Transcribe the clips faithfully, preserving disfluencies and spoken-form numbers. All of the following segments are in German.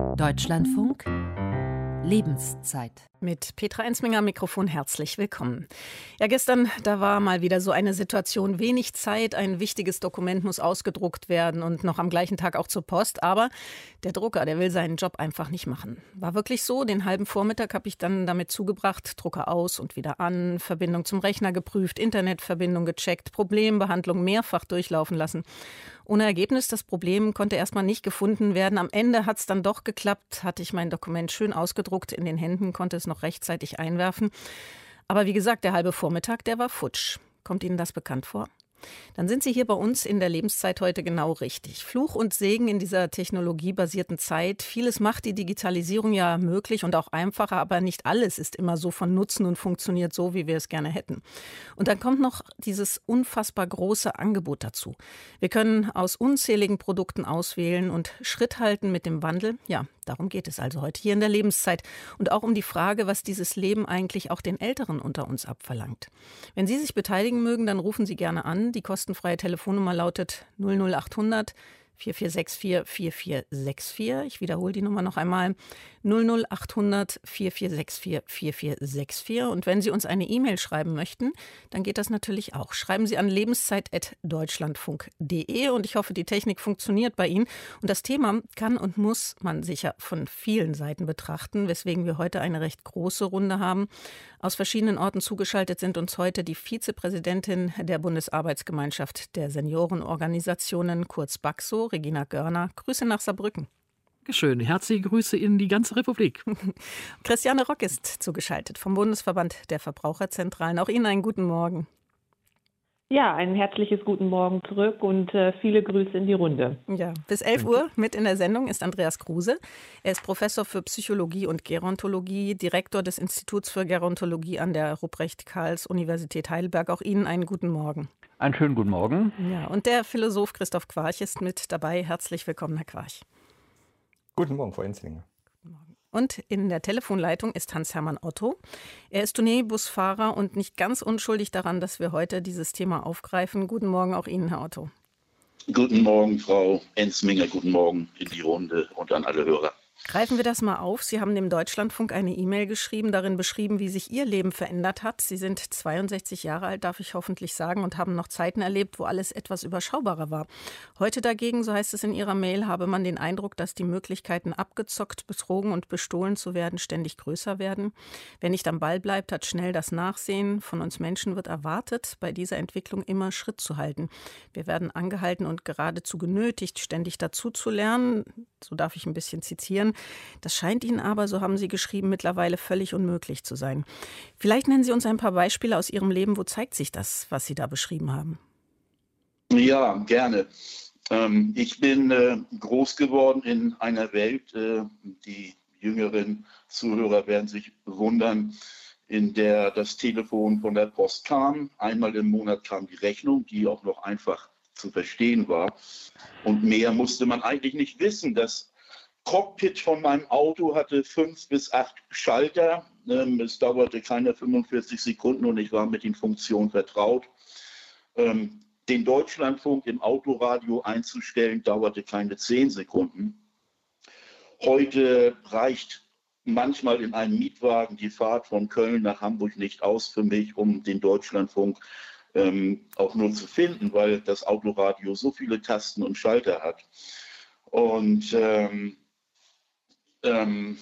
Deutschlandfunk Lebenszeit. Mit Petra Ensminger am Mikrofon herzlich willkommen. Ja, gestern, da war mal wieder so eine Situation, wenig Zeit, ein wichtiges Dokument muss ausgedruckt werden und noch am gleichen Tag auch zur Post, aber der Drucker, der will seinen Job einfach nicht machen. War wirklich so, den halben Vormittag habe ich dann damit zugebracht, Drucker aus und wieder an, Verbindung zum Rechner geprüft, Internetverbindung gecheckt, Problembehandlung mehrfach durchlaufen lassen. Ohne Ergebnis, das Problem konnte erstmal nicht gefunden werden. Am Ende hat es dann doch geklappt, hatte ich mein Dokument schön ausgedruckt in den Händen, konnte es noch rechtzeitig einwerfen. Aber wie gesagt, der halbe Vormittag, der war futsch. Kommt Ihnen das bekannt vor? Dann sind Sie hier bei uns in der Lebenszeit heute genau richtig. Fluch und Segen in dieser technologiebasierten Zeit. Vieles macht die Digitalisierung ja möglich und auch einfacher, aber nicht alles ist immer so von Nutzen und funktioniert so, wie wir es gerne hätten. Und dann kommt noch dieses unfassbar große Angebot dazu. Wir können aus unzähligen Produkten auswählen und Schritt halten mit dem Wandel. Ja, darum geht es also heute hier in der Lebenszeit. Und auch um die Frage, was dieses Leben eigentlich auch den Älteren unter uns abverlangt. Wenn Sie sich beteiligen mögen, dann rufen Sie gerne an. Die kostenfreie Telefonnummer lautet null null acht hundert vier vier sechs vier vier vier sechs vier. Ich wiederhole die Nummer noch einmal. null null acht hundert vier vier sechs vier vier vier sechs vier. Und wenn Sie uns eine E-Mail schreiben möchten, dann geht das natürlich auch. Schreiben Sie an lebenszeit at deutschlandfunk punkt de und ich hoffe, die Technik funktioniert bei Ihnen. Und das Thema kann und muss man sicher von vielen Seiten betrachten, weswegen wir heute eine recht große Runde haben. Aus verschiedenen Orten zugeschaltet sind uns heute die Vizepräsidentin der Bundesarbeitsgemeinschaft der Seniorenorganisationen, kurz BAXO, Regina Görner. Grüße nach Saarbrücken. Dankeschön. Herzliche Grüße in die ganze Republik. Christiane Rock ist zugeschaltet vom Bundesverband der Verbraucherzentralen. Auch Ihnen einen guten Morgen. Ja, ein herzliches guten Morgen zurück und äh, viele Grüße in die Runde. Ja, bis elf Uhr mit in der Sendung ist Andreas Kruse. Er ist Professor für Psychologie und Gerontologie, Direktor des Instituts für Gerontologie an der Ruprecht-Karls-Universität Heidelberg. Auch Ihnen einen guten Morgen. Einen schönen guten Morgen. Ja, und der Philosoph Christoph Quarch ist mit dabei. Herzlich willkommen, Herr Quarch. Guten Morgen, Frau Enslinger. Und in der Telefonleitung ist Hans-Hermann Otto. Er ist Tourneebusfahrer und nicht ganz unschuldig daran, dass wir heute dieses Thema aufgreifen. Guten Morgen auch Ihnen, Herr Otto. Guten Morgen, Frau Ensminger. Guten Morgen in die Runde und an alle Hörer. Greifen wir das mal auf. Sie haben dem Deutschlandfunk eine E-Mail geschrieben, darin beschrieben, wie sich Ihr Leben verändert hat. Sie sind zweiundsechzig Jahre alt, darf ich hoffentlich sagen, und haben noch Zeiten erlebt, wo alles etwas überschaubarer war. Heute dagegen, so heißt es in Ihrer Mail, habe man den Eindruck, dass die Möglichkeiten, abgezockt, betrogen und bestohlen zu werden, ständig größer werden. Wer nicht am Ball bleibt, hat schnell das Nachsehen. Von uns Menschen wird erwartet, bei dieser Entwicklung immer Schritt zu halten. Wir werden angehalten und geradezu genötigt, ständig dazu zu lernen. So darf ich ein bisschen zitieren. Das scheint Ihnen aber, so haben Sie geschrieben, mittlerweile völlig unmöglich zu sein. Vielleicht nennen Sie uns ein paar Beispiele aus Ihrem Leben. Wo zeigt sich das, was Sie da beschrieben haben? Ja, gerne. Ähm, ich bin äh, groß geworden in einer Welt, äh, die jüngeren Zuhörer werden sich wundern, in der das Telefon von der Post kam. Einmal im Monat kam die Rechnung, die auch noch einfach zu verstehen war. Und mehr musste man eigentlich nicht wissen. Das Cockpit von meinem Auto hatte fünf bis acht Schalter. Ähm, es dauerte keine fünfundvierzig Sekunden und ich war mit den Funktionen vertraut. Ähm, den Deutschlandfunk im Autoradio einzustellen, dauerte keine zehn Sekunden. Heute reicht manchmal in einem Mietwagen die Fahrt von Köln nach Hamburg nicht aus für mich, um den Deutschlandfunk ähm, auch nur zu finden, weil das Autoradio so viele Tasten und Schalter hat. Und ähm, ähm,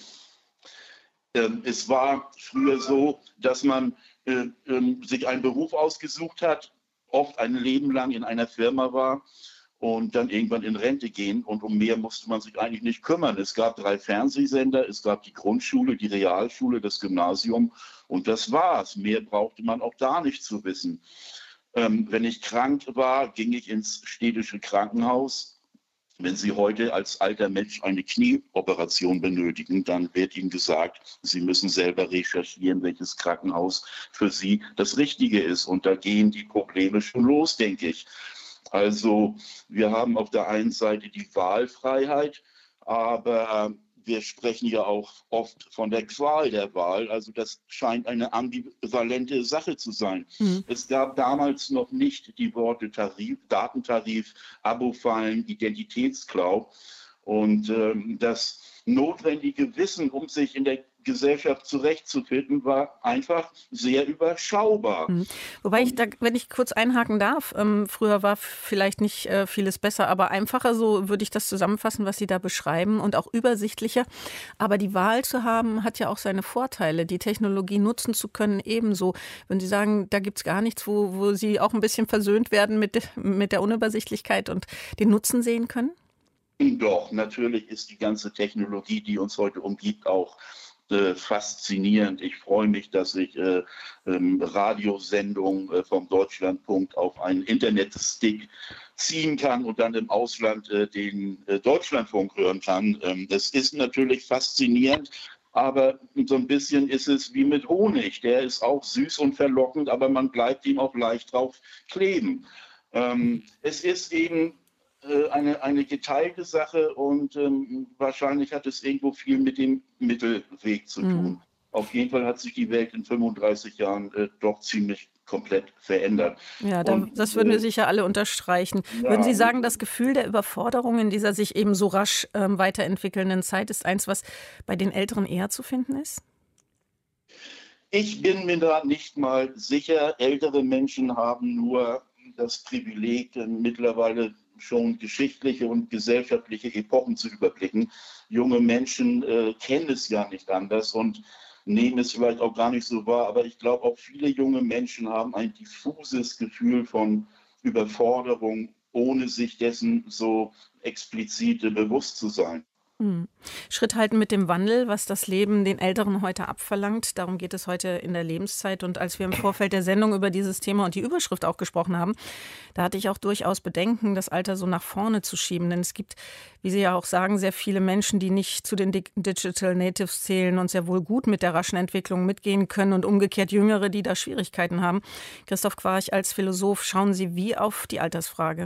ähm, es war früher so, dass man äh, ähm, sich einen Beruf ausgesucht hat, oft ein Leben lang in einer Firma war und dann irgendwann in Rente gehen. Und um mehr musste man sich eigentlich nicht kümmern. Es gab drei Fernsehsender, es gab die Grundschule, die Realschule, das Gymnasium und das war's. Mehr brauchte man auch da nicht zu wissen. Ähm, wenn ich krank war, ging ich ins städtische Krankenhaus. Wenn Sie heute als alter Mensch eine Knieoperation benötigen, dann wird Ihnen gesagt, Sie müssen selber recherchieren, welches Krankenhaus für Sie das Richtige ist. Und da gehen die Probleme schon los, denke ich. Also wir haben auf der einen Seite die Wahlfreiheit, aber wir sprechen ja auch oft von der Qual der Wahl. Also das scheint eine ambivalente Sache zu sein. Mhm. Es gab damals noch nicht die Worte Tarif, Datentarif, Abo-Fallen, Identitätsklau. Und ähm, das notwendige Wissen, um sich in der Gesellschaft zurechtzufinden, war einfach sehr überschaubar. Mhm. Wobei ich da, wenn ich kurz einhaken darf, ähm, früher war vielleicht nicht äh, vieles besser, aber einfacher, so würde ich das zusammenfassen, was Sie da beschreiben, und auch übersichtlicher. Aber die Wahl zu haben, hat ja auch seine Vorteile, die Technologie nutzen zu können ebenso. Wenn Sie sagen, da gibt es gar nichts, wo, wo Sie auch ein bisschen versöhnt werden mit, mit der Unübersichtlichkeit und den Nutzen sehen können? Doch, natürlich ist die ganze Technologie, die uns heute umgibt, auch äh, faszinierend. Ich freue mich, dass ich äh, ähm, Radiosendungen äh, vom Deutschlandfunk auf einen Internetstick ziehen kann und dann im Ausland äh, den äh, Deutschlandfunk hören kann. Ähm, das ist natürlich faszinierend. Aber so ein bisschen ist es wie mit Honig. Der ist auch süß und verlockend, aber man bleibt ihm auch leicht drauf kleben. Ähm, es ist eben Eine, eine geteilte Sache und ähm, wahrscheinlich hat es irgendwo viel mit dem Mittelweg zu tun. Mhm. Auf jeden Fall hat sich die Welt in fünfunddreißig Jahren äh, doch ziemlich komplett verändert. Ja, da, und, das würden wir sicher alle unterstreichen. Ja, würden Sie sagen, das Gefühl der Überforderung in dieser sich eben so rasch ähm, weiterentwickelnden Zeit ist eins, was bei den Älteren eher zu finden ist? Ich bin mir da nicht mal sicher. Ältere Menschen haben nur das Privileg, äh, mittlerweile schon geschichtliche und gesellschaftliche Epochen zu überblicken. Junge Menschen äh, kennen es ja nicht anders und nehmen es vielleicht auch gar nicht so wahr. Aber ich glaube, auch viele junge Menschen haben ein diffuses Gefühl von Überforderung, ohne sich dessen so explizit bewusst zu sein. Hm. Schritt halten mit dem Wandel, was das Leben den Älteren heute abverlangt. Darum geht es heute in der Lebenszeit. Und als wir im Vorfeld der Sendung über dieses Thema und die Überschrift auch gesprochen haben, da hatte ich auch durchaus Bedenken, das Alter so nach vorne zu schieben. Denn es gibt, wie Sie ja auch sagen, sehr viele Menschen, die nicht zu den Digital Natives zählen und sehr wohl gut mit der raschen Entwicklung mitgehen können und umgekehrt Jüngere, die da Schwierigkeiten haben. Christoph Quarch, als Philosoph, schauen Sie wie auf die Altersfrage?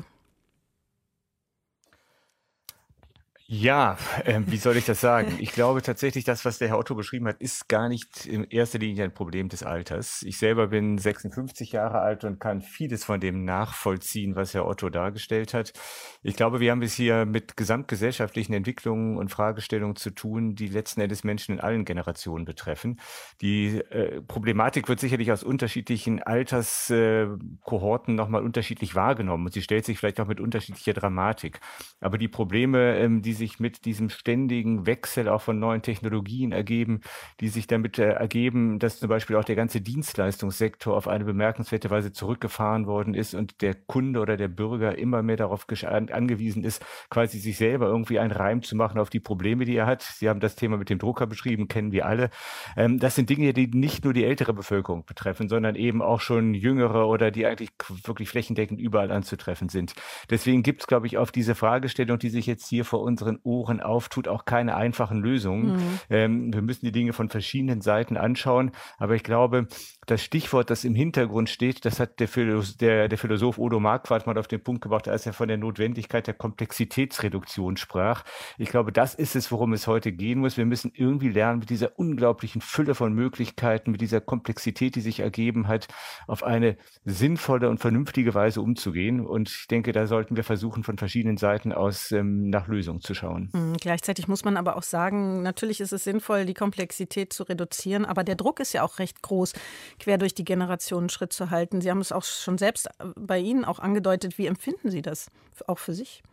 Ja, äh, wie soll ich das sagen? Ich glaube tatsächlich, das, was der Herr Otto beschrieben hat, ist gar nicht in erster Linie ein Problem des Alters. Ich selber bin sechsundfünfzig Jahre alt und kann vieles von dem nachvollziehen, was Herr Otto dargestellt hat. Ich glaube, wir haben es hier mit gesamtgesellschaftlichen Entwicklungen und Fragestellungen zu tun, die letzten Endes Menschen in allen Generationen betreffen. Die äh, Problematik wird sicherlich aus unterschiedlichen Alterskohorten äh, nochmal unterschiedlich wahrgenommen und sie stellt sich vielleicht auch mit unterschiedlicher Dramatik. Aber die Probleme, ähm, die sich mit diesem ständigen Wechsel auch von neuen Technologien ergeben, die sich damit äh, ergeben, dass zum Beispiel auch der ganze Dienstleistungssektor auf eine bemerkenswerte Weise zurückgefahren worden ist und der Kunde oder der Bürger immer mehr darauf an, angewiesen ist, quasi sich selber irgendwie einen Reim zu machen auf die Probleme, die er hat. Sie haben das Thema mit dem Drucker beschrieben, kennen wir alle. Ähm, das sind Dinge, die nicht nur die ältere Bevölkerung betreffen, sondern eben auch schon jüngere oder die eigentlich wirklich flächendeckend überall anzutreffen sind. Deswegen gibt es, glaube ich, auf diese Fragestellung, die sich jetzt hier vor unseren Ohren auftut, auch keine einfachen Lösungen. Mhm. Ähm, wir müssen die Dinge von verschiedenen Seiten anschauen, aber ich glaube, das Stichwort, das im Hintergrund steht, das hat der Philosoph, der, der Philosoph Odo Marquardt mal auf den Punkt gebracht, als er von der Notwendigkeit der Komplexitätsreduktion sprach. Ich glaube, das ist es, worum es heute gehen muss. Wir müssen irgendwie lernen, mit dieser unglaublichen Fülle von Möglichkeiten, mit dieser Komplexität, die sich ergeben hat, auf eine sinnvolle und vernünftige Weise umzugehen. Und ich denke, da sollten wir versuchen, von verschiedenen Seiten aus ähm, nach Lösungen zu schauen. Mhm, gleichzeitig muss man aber auch sagen, natürlich ist es sinnvoll, die Komplexität zu reduzieren, aber der Druck ist ja auch recht groß, quer durch die Generationen Schritt zu halten. Sie haben es auch schon selbst bei Ihnen auch angedeutet. Wie empfinden Sie das auch für sich?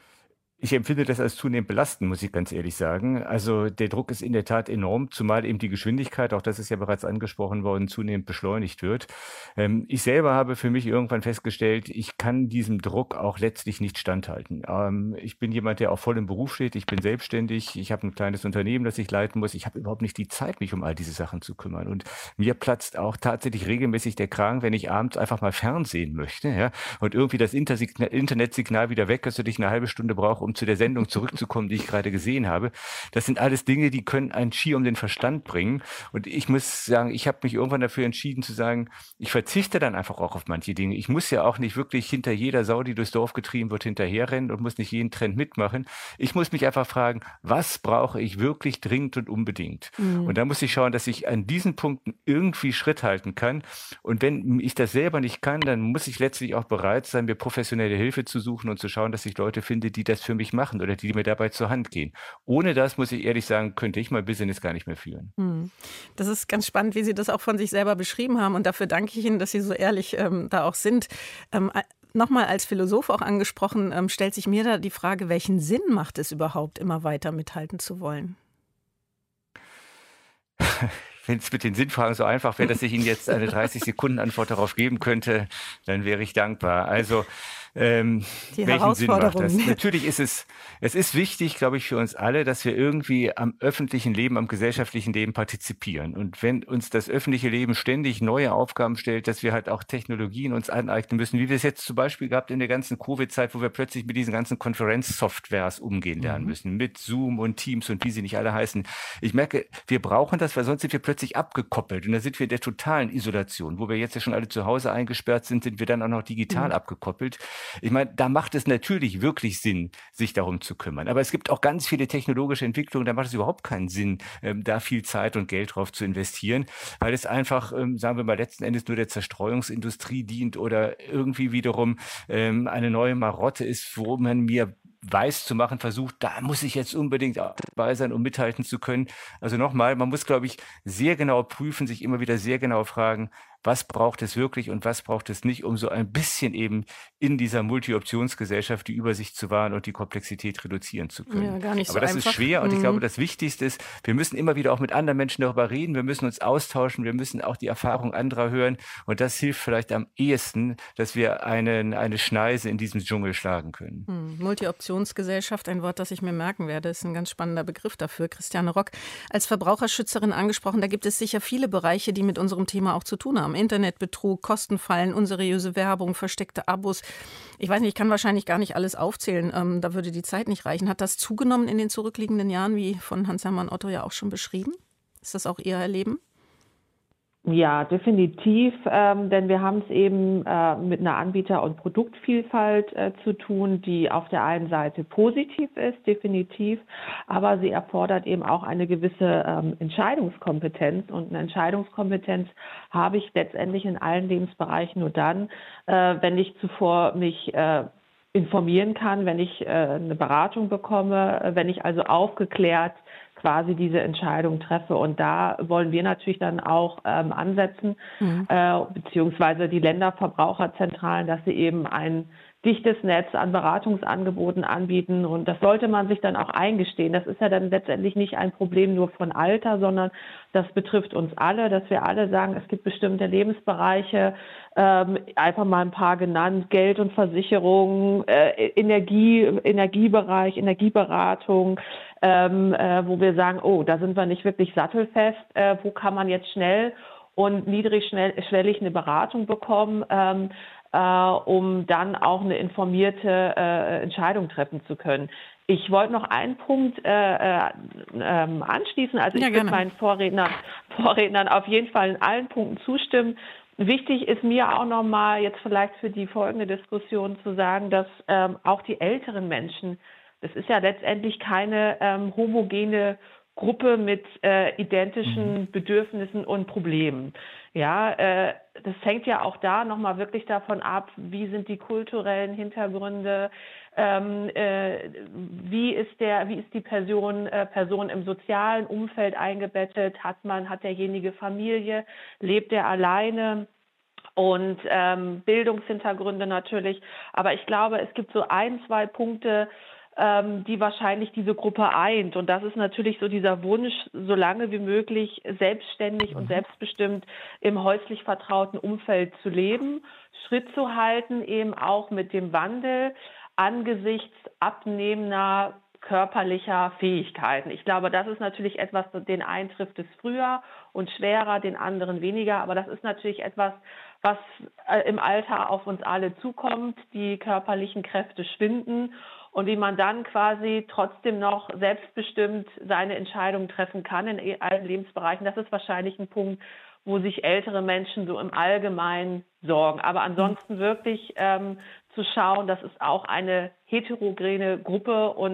Ich empfinde das als zunehmend belastend, muss ich ganz ehrlich sagen. Also der Druck ist in der Tat enorm, zumal eben die Geschwindigkeit, auch das ist ja bereits angesprochen worden, zunehmend beschleunigt wird. Ähm, ich selber habe für mich irgendwann festgestellt, ich kann diesem Druck auch letztlich nicht standhalten. Ähm, ich bin jemand, der auch voll im Beruf steht, ich bin selbstständig, ich habe ein kleines Unternehmen, das ich leiten muss. Ich habe überhaupt nicht die Zeit, mich um all diese Sachen zu kümmern. Und mir platzt auch tatsächlich regelmäßig der Kragen, wenn ich abends einfach mal Fernsehen möchte, ja, und irgendwie das Intersignal, Internetsignal wieder weg ist und ich eine halbe Stunde brauche, um zu der Sendung zurückzukommen, die ich gerade gesehen habe. Das sind alles Dinge, die können einen schier um den Verstand bringen. Und ich muss sagen, ich habe mich irgendwann dafür entschieden zu sagen, ich verzichte dann einfach auch auf manche Dinge. Ich muss ja auch nicht wirklich hinter jeder Sau, die durchs Dorf getrieben wird, hinterherrennen und muss nicht jeden Trend mitmachen. Ich muss mich einfach fragen, was brauche ich wirklich dringend und unbedingt? Mhm. Und da muss ich schauen, dass ich an diesen Punkten irgendwie Schritt halten kann. Und wenn ich das selber nicht kann, dann muss ich letztlich auch bereit sein, mir professionelle Hilfe zu suchen und zu schauen, dass ich Leute finde, die das für für mich machen oder die mir dabei zur Hand gehen. Ohne das, muss ich ehrlich sagen, könnte ich mein Business gar nicht mehr führen. Hm. Das ist ganz spannend, wie Sie das auch von sich selber beschrieben haben. Und dafür danke ich Ihnen, dass Sie so ehrlich ähm, da auch sind. Ähm, Nochmal als Philosoph auch angesprochen, ähm, stellt sich mir da die Frage, welchen Sinn macht es überhaupt, immer weiter mithalten zu wollen? Wenn es mit den Sinnfragen so einfach wäre, dass ich Ihnen jetzt eine dreißig Sekunden Antwort darauf geben könnte, dann wäre ich dankbar. Also ähm, Die welchen Sinn macht das? Herausforderung. Natürlich ist es, es ist wichtig, glaube ich, für uns alle, dass wir irgendwie am öffentlichen Leben, am gesellschaftlichen Leben partizipieren. Und wenn uns das öffentliche Leben ständig neue Aufgaben stellt, dass wir halt auch Technologien uns aneignen müssen, wie wir es jetzt zum Beispiel gehabt in der ganzen Covid-Zeit, wo wir plötzlich mit diesen ganzen Konferenzsoftwares umgehen lernen müssen, mit Zoom und Teams und wie sie nicht alle heißen. Ich merke, wir brauchen das, weil sonst sind wir plötzlich abgekoppelt. Und da sind wir in der totalen Isolation. Wo wir jetzt ja schon alle zu Hause eingesperrt sind, sind wir dann auch noch digital Mhm. abgekoppelt. Ich meine, da macht es natürlich wirklich Sinn, sich darum zu kümmern. Aber es gibt auch ganz viele technologische Entwicklungen, da macht es überhaupt keinen Sinn, ähm, da viel Zeit und Geld drauf zu investieren, weil es einfach, ähm, sagen wir mal, letzten Endes nur der Zerstreuungsindustrie dient oder irgendwie wiederum ähm, eine neue Marotte ist, wo man mir weiß zu machen versucht, da muss ich jetzt unbedingt dabei sein, um mithalten zu können. Also nochmal, man muss, glaube ich, sehr genau prüfen, sich immer wieder sehr genau fragen, was braucht es wirklich und was braucht es nicht, um so ein bisschen eben in dieser Multi-Optionsgesellschaft die Übersicht zu wahren und die Komplexität reduzieren zu können. Ja, gar nicht Aber so das einfach. ist schwer und ich Mhm. glaube, das Wichtigste ist, wir müssen immer wieder auch mit anderen Menschen darüber reden, wir müssen uns austauschen, wir müssen auch die Erfahrung anderer hören und das hilft vielleicht am ehesten, dass wir einen, eine Schneise in diesem Dschungel schlagen können. Hm, Multi-Optionsgesellschaft, ein Wort, das ich mir merken werde, ist ein ganz spannender Begriff dafür. Christiane Rock, als Verbraucherschützerin angesprochen, da gibt es sicher viele Bereiche, die mit unserem Thema auch zu tun haben. Internetbetrug, Kostenfallen, unseriöse Werbung, versteckte Abos. Ich weiß nicht, ich kann wahrscheinlich gar nicht alles aufzählen. Ähm, da würde die Zeit nicht reichen. Hat das zugenommen in den zurückliegenden Jahren, wie von Hans-Hermann Otto ja auch schon beschrieben? Ist das auch Ihr Erleben? Ja, definitiv, ähm, denn wir haben es eben äh, mit einer Anbieter- und Produktvielfalt äh, zu tun, die auf der einen Seite positiv ist, definitiv, aber sie erfordert eben auch eine gewisse ähm, Entscheidungskompetenz und eine Entscheidungskompetenz habe ich letztendlich in allen Lebensbereichen nur dann, äh, wenn ich zuvor mich äh, informieren kann, wenn ich äh, eine Beratung bekomme, äh, wenn ich also aufgeklärt quasi diese Entscheidung treffe. Und da wollen wir natürlich dann auch ähm, ansetzen, Mhm. äh, beziehungsweise die Länderverbraucherzentralen, dass sie eben ein dichtes Netz an Beratungsangeboten anbieten. Und das sollte man sich dann auch eingestehen. Das ist ja dann letztendlich nicht ein Problem nur von Alter, sondern das betrifft uns alle, dass wir alle sagen, es gibt bestimmte Lebensbereiche, ähm, einfach mal ein paar genannt, Geld und Versicherung, äh, Energie, Energiebereich, Energieberatung, ähm, äh, wo wir sagen, oh, da sind wir nicht wirklich sattelfest, äh, wo kann man jetzt schnell und niedrigschwellig eine Beratung bekommen, ähm, äh, um dann auch eine informierte äh, Entscheidung treffen zu können. Ich wollte noch einen Punkt äh, äh, ähm, anschließen. Also Ja, ich würde gerne. meinen Vorrednern, Vorrednern auf jeden Fall in allen Punkten zustimmen. Wichtig ist mir auch nochmal jetzt vielleicht für die folgende Diskussion zu sagen, dass ähm, auch die älteren Menschen, das ist ja letztendlich keine ähm, homogene Gruppe mit äh, identischen Bedürfnissen und Problemen. Ja, äh, das hängt ja auch da nochmal wirklich davon ab, wie sind die kulturellen Hintergründe, ähm, äh, wie ist der, wie ist die Person, äh, Person im sozialen Umfeld eingebettet, hat man, hat derjenige Familie, lebt er alleine? Und ähm, Bildungshintergründe natürlich. Aber ich glaube, es gibt so ein, zwei Punkte, ähm, die wahrscheinlich diese Gruppe eint. Und das ist natürlich so dieser Wunsch, so lange wie möglich selbstständig und selbstbestimmt im häuslich vertrauten Umfeld zu leben, Schritt zu halten, eben auch mit dem Wandel angesichts abnehmender körperlicher Fähigkeiten. Ich glaube, das ist natürlich etwas, den einen trifft es früher und schwerer, den anderen weniger. Aber das ist natürlich etwas, was äh, im Alter auf uns alle zukommt. Die körperlichen Kräfte schwinden und wie man dann quasi trotzdem noch selbstbestimmt seine Entscheidungen treffen kann in allen Lebensbereichen. Das ist wahrscheinlich ein Punkt, wo sich ältere Menschen so im Allgemeinen sorgen. Aber ansonsten wirklich ähm, zu schauen, das ist auch eine heterogene Gruppe und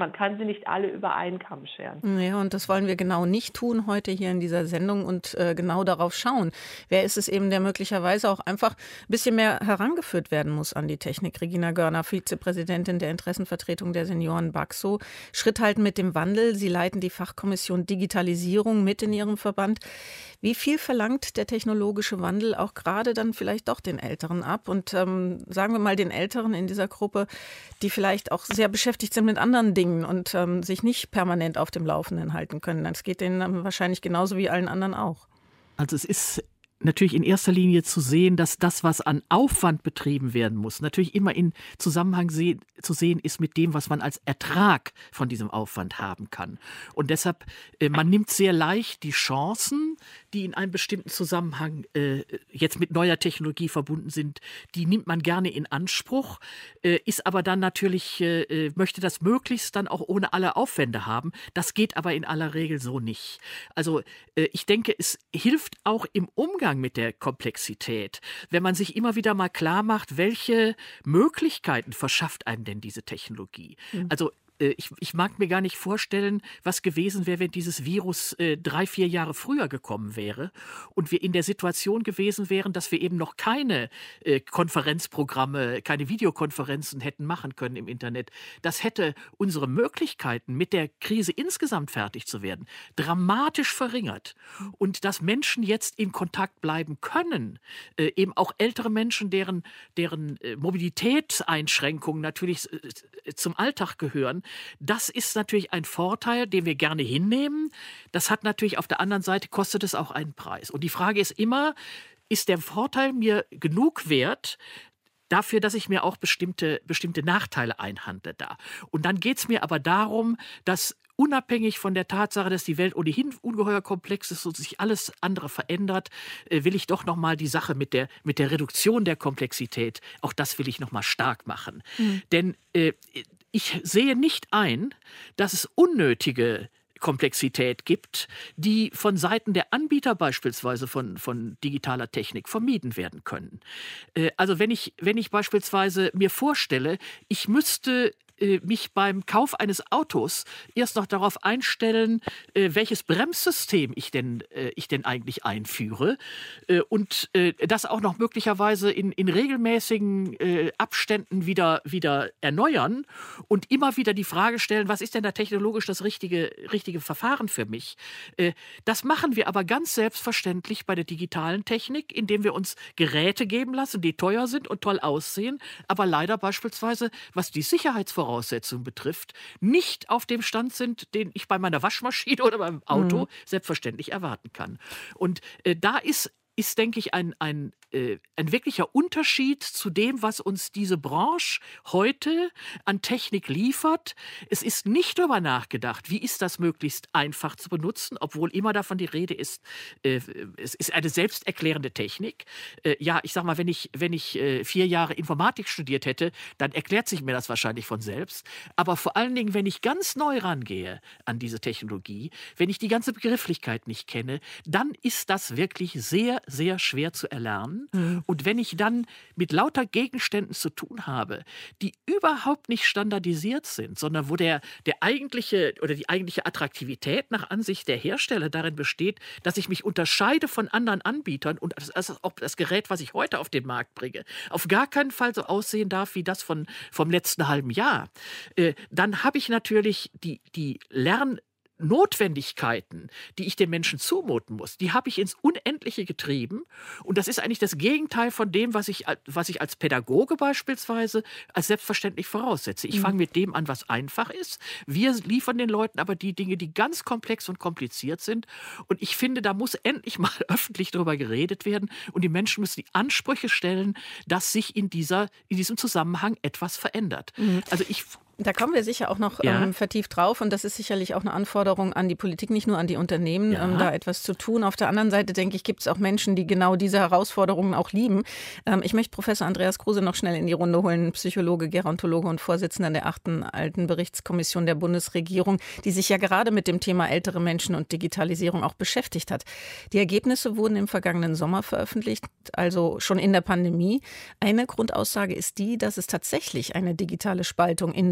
man kann sie nicht alle über einen Kamm scheren. Ja, und das wollen wir genau nicht tun heute hier in dieser Sendung und äh, genau darauf schauen. Wer ist es eben, der möglicherweise auch einfach ein bisschen mehr herangeführt werden muss an die Technik? Regina Görner, Vizepräsidentin der Interessenvertretung der Senioren Baxo. Schritt halten mit dem Wandel. Sie leiten die Fachkommission Digitalisierung mit in Ihrem Verband. Wie viel verlangt der technologische Wandel auch gerade dann vielleicht doch den Älteren ab? Und ähm, sagen wir mal den Älteren in dieser Gruppe, die vielleicht auch sehr beschäftigt sind mit anderen Dingen und ähm, sich nicht permanent auf dem Laufenden halten können. Das geht denen ähm, wahrscheinlich genauso wie allen anderen auch. Also es ist natürlich in erster Linie zu sehen, dass das, was an Aufwand betrieben werden muss, natürlich immer in Zusammenhang se- zu sehen ist mit dem, was man als Ertrag von diesem Aufwand haben kann. Und deshalb, äh, man nimmt sehr leicht die Chancen, die in einem bestimmten Zusammenhang äh, jetzt mit neuer Technologie verbunden sind, die nimmt man gerne in Anspruch, äh, ist aber dann natürlich, äh, möchte das möglichst dann auch ohne alle Aufwände haben. Das geht aber in aller Regel so nicht. Also äh, ich denke, es hilft auch im Umgang mit der Komplexität, wenn man sich immer wieder mal klar macht, welche Möglichkeiten verschafft einem denn diese Technologie. Mhm. Also Ich, ich mag mir gar nicht vorstellen, was gewesen wäre, wenn dieses Virus äh, drei, vier Jahre früher gekommen wäre und wir in der Situation gewesen wären, dass wir eben noch keine äh, Konferenzprogramme, keine Videokonferenzen hätten machen können im Internet. Das hätte unsere Möglichkeiten, mit der Krise insgesamt fertig zu werden, dramatisch verringert. Und dass Menschen jetzt in Kontakt bleiben können, äh, eben auch ältere Menschen, deren, deren äh, Mobilitätseinschränkungen natürlich äh, zum Alltag gehören, das ist natürlich ein Vorteil, den wir gerne hinnehmen. Das hat natürlich auf der anderen Seite, kostet es auch einen Preis. Und die Frage ist immer, ist der Vorteil mir genug wert dafür, dass ich mir auch bestimmte, bestimmte Nachteile einhandle da? Und dann geht es mir aber darum, dass unabhängig von der Tatsache, dass die Welt ohnehin ungeheuer komplex ist und sich alles andere verändert, äh, will ich doch noch mal die Sache mit der, mit der Reduktion der Komplexität, auch das will ich noch mal stark machen. Mhm. Denn äh, ich sehe nicht ein, dass es unnötige Komplexität gibt, die von Seiten der Anbieter beispielsweise von, von digitaler Technik vermieden werden können. Äh, also wenn ich, wenn ich beispielsweise mir vorstelle, ich müsste mich beim Kauf eines Autos erst noch darauf einstellen, äh, welches Bremssystem ich denn, äh, ich denn eigentlich einführe äh, und äh, das auch noch möglicherweise in, in regelmäßigen äh, Abständen wieder, wieder erneuern und immer wieder die Frage stellen, was ist denn da technologisch das richtige, richtige Verfahren für mich? Äh, das machen wir aber ganz selbstverständlich bei der digitalen Technik, indem wir uns Geräte geben lassen, die teuer sind und toll aussehen, aber leider beispielsweise, was die Sicherheitsvoraussetzungen Voraussetzungen betrifft, nicht auf dem Stand sind, den ich bei meiner Waschmaschine oder beim Auto mhm. selbstverständlich erwarten kann. Und äh, da ist ist, denke ich, ein, ein, äh, ein wirklicher Unterschied zu dem, was uns diese Branche heute an Technik liefert. Es ist nicht darüber nachgedacht, wie ist das möglichst einfach zu benutzen, obwohl immer davon die Rede ist, äh, es ist eine selbsterklärende Technik. Äh, ja, ich sag mal, wenn ich, wenn ich äh, vier Jahre Informatik studiert hätte, dann erklärt sich mir das wahrscheinlich von selbst. Aber vor allen Dingen, wenn ich ganz neu rangehe an diese Technologie, wenn ich die ganze Begrifflichkeit nicht kenne, dann ist das wirklich sehr sehr schwer zu erlernen. Mhm. Und wenn ich dann mit lauter Gegenständen zu tun habe, die überhaupt nicht standardisiert sind, sondern wo der, der eigentliche oder die eigentliche Attraktivität nach Ansicht der Hersteller darin besteht, dass ich mich unterscheide von anderen Anbietern und das, das, auch das Gerät, was ich heute auf den Markt bringe, auf gar keinen Fall so aussehen darf wie das von, vom letzten halben Jahr, äh, dann habe ich natürlich die, die Lern- Notwendigkeiten, die ich den Menschen zumuten muss, die habe ich ins Unendliche getrieben. Und das ist eigentlich das Gegenteil von dem, was ich, was ich als Pädagoge beispielsweise als selbstverständlich voraussetze. Ich mhm. fange mit dem an, was einfach ist. Wir liefern den Leuten aber die Dinge, die ganz komplex und kompliziert sind. Und ich finde, da muss endlich mal öffentlich darüber geredet werden. Und die Menschen müssen die Ansprüche stellen, dass sich in, dieser, in diesem Zusammenhang etwas verändert. Mhm. Also ich... Da kommen wir sicher auch noch ja. ähm, vertieft drauf und das ist sicherlich auch eine Anforderung an die Politik, nicht nur an die Unternehmen, ja. ähm, da etwas zu tun. Auf der anderen Seite, denke ich, gibt es auch Menschen, die genau diese Herausforderungen auch lieben. Ähm, ich möchte Professor Andreas Kruse noch schnell in die Runde holen, Psychologe, Gerontologe und Vorsitzender der achten Alten Berichtskommission der Bundesregierung, die sich ja gerade mit dem Thema ältere Menschen und Digitalisierung auch beschäftigt hat. Die Ergebnisse wurden im vergangenen Sommer veröffentlicht, also schon in der Pandemie. Eine Grundaussage ist die, dass es tatsächlich eine digitale Spaltung in der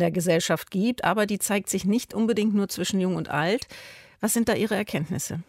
der Gesellschaft gibt, aber die zeigt sich nicht unbedingt nur zwischen Jung und Alt. Was sind da Ihre Erkenntnisse?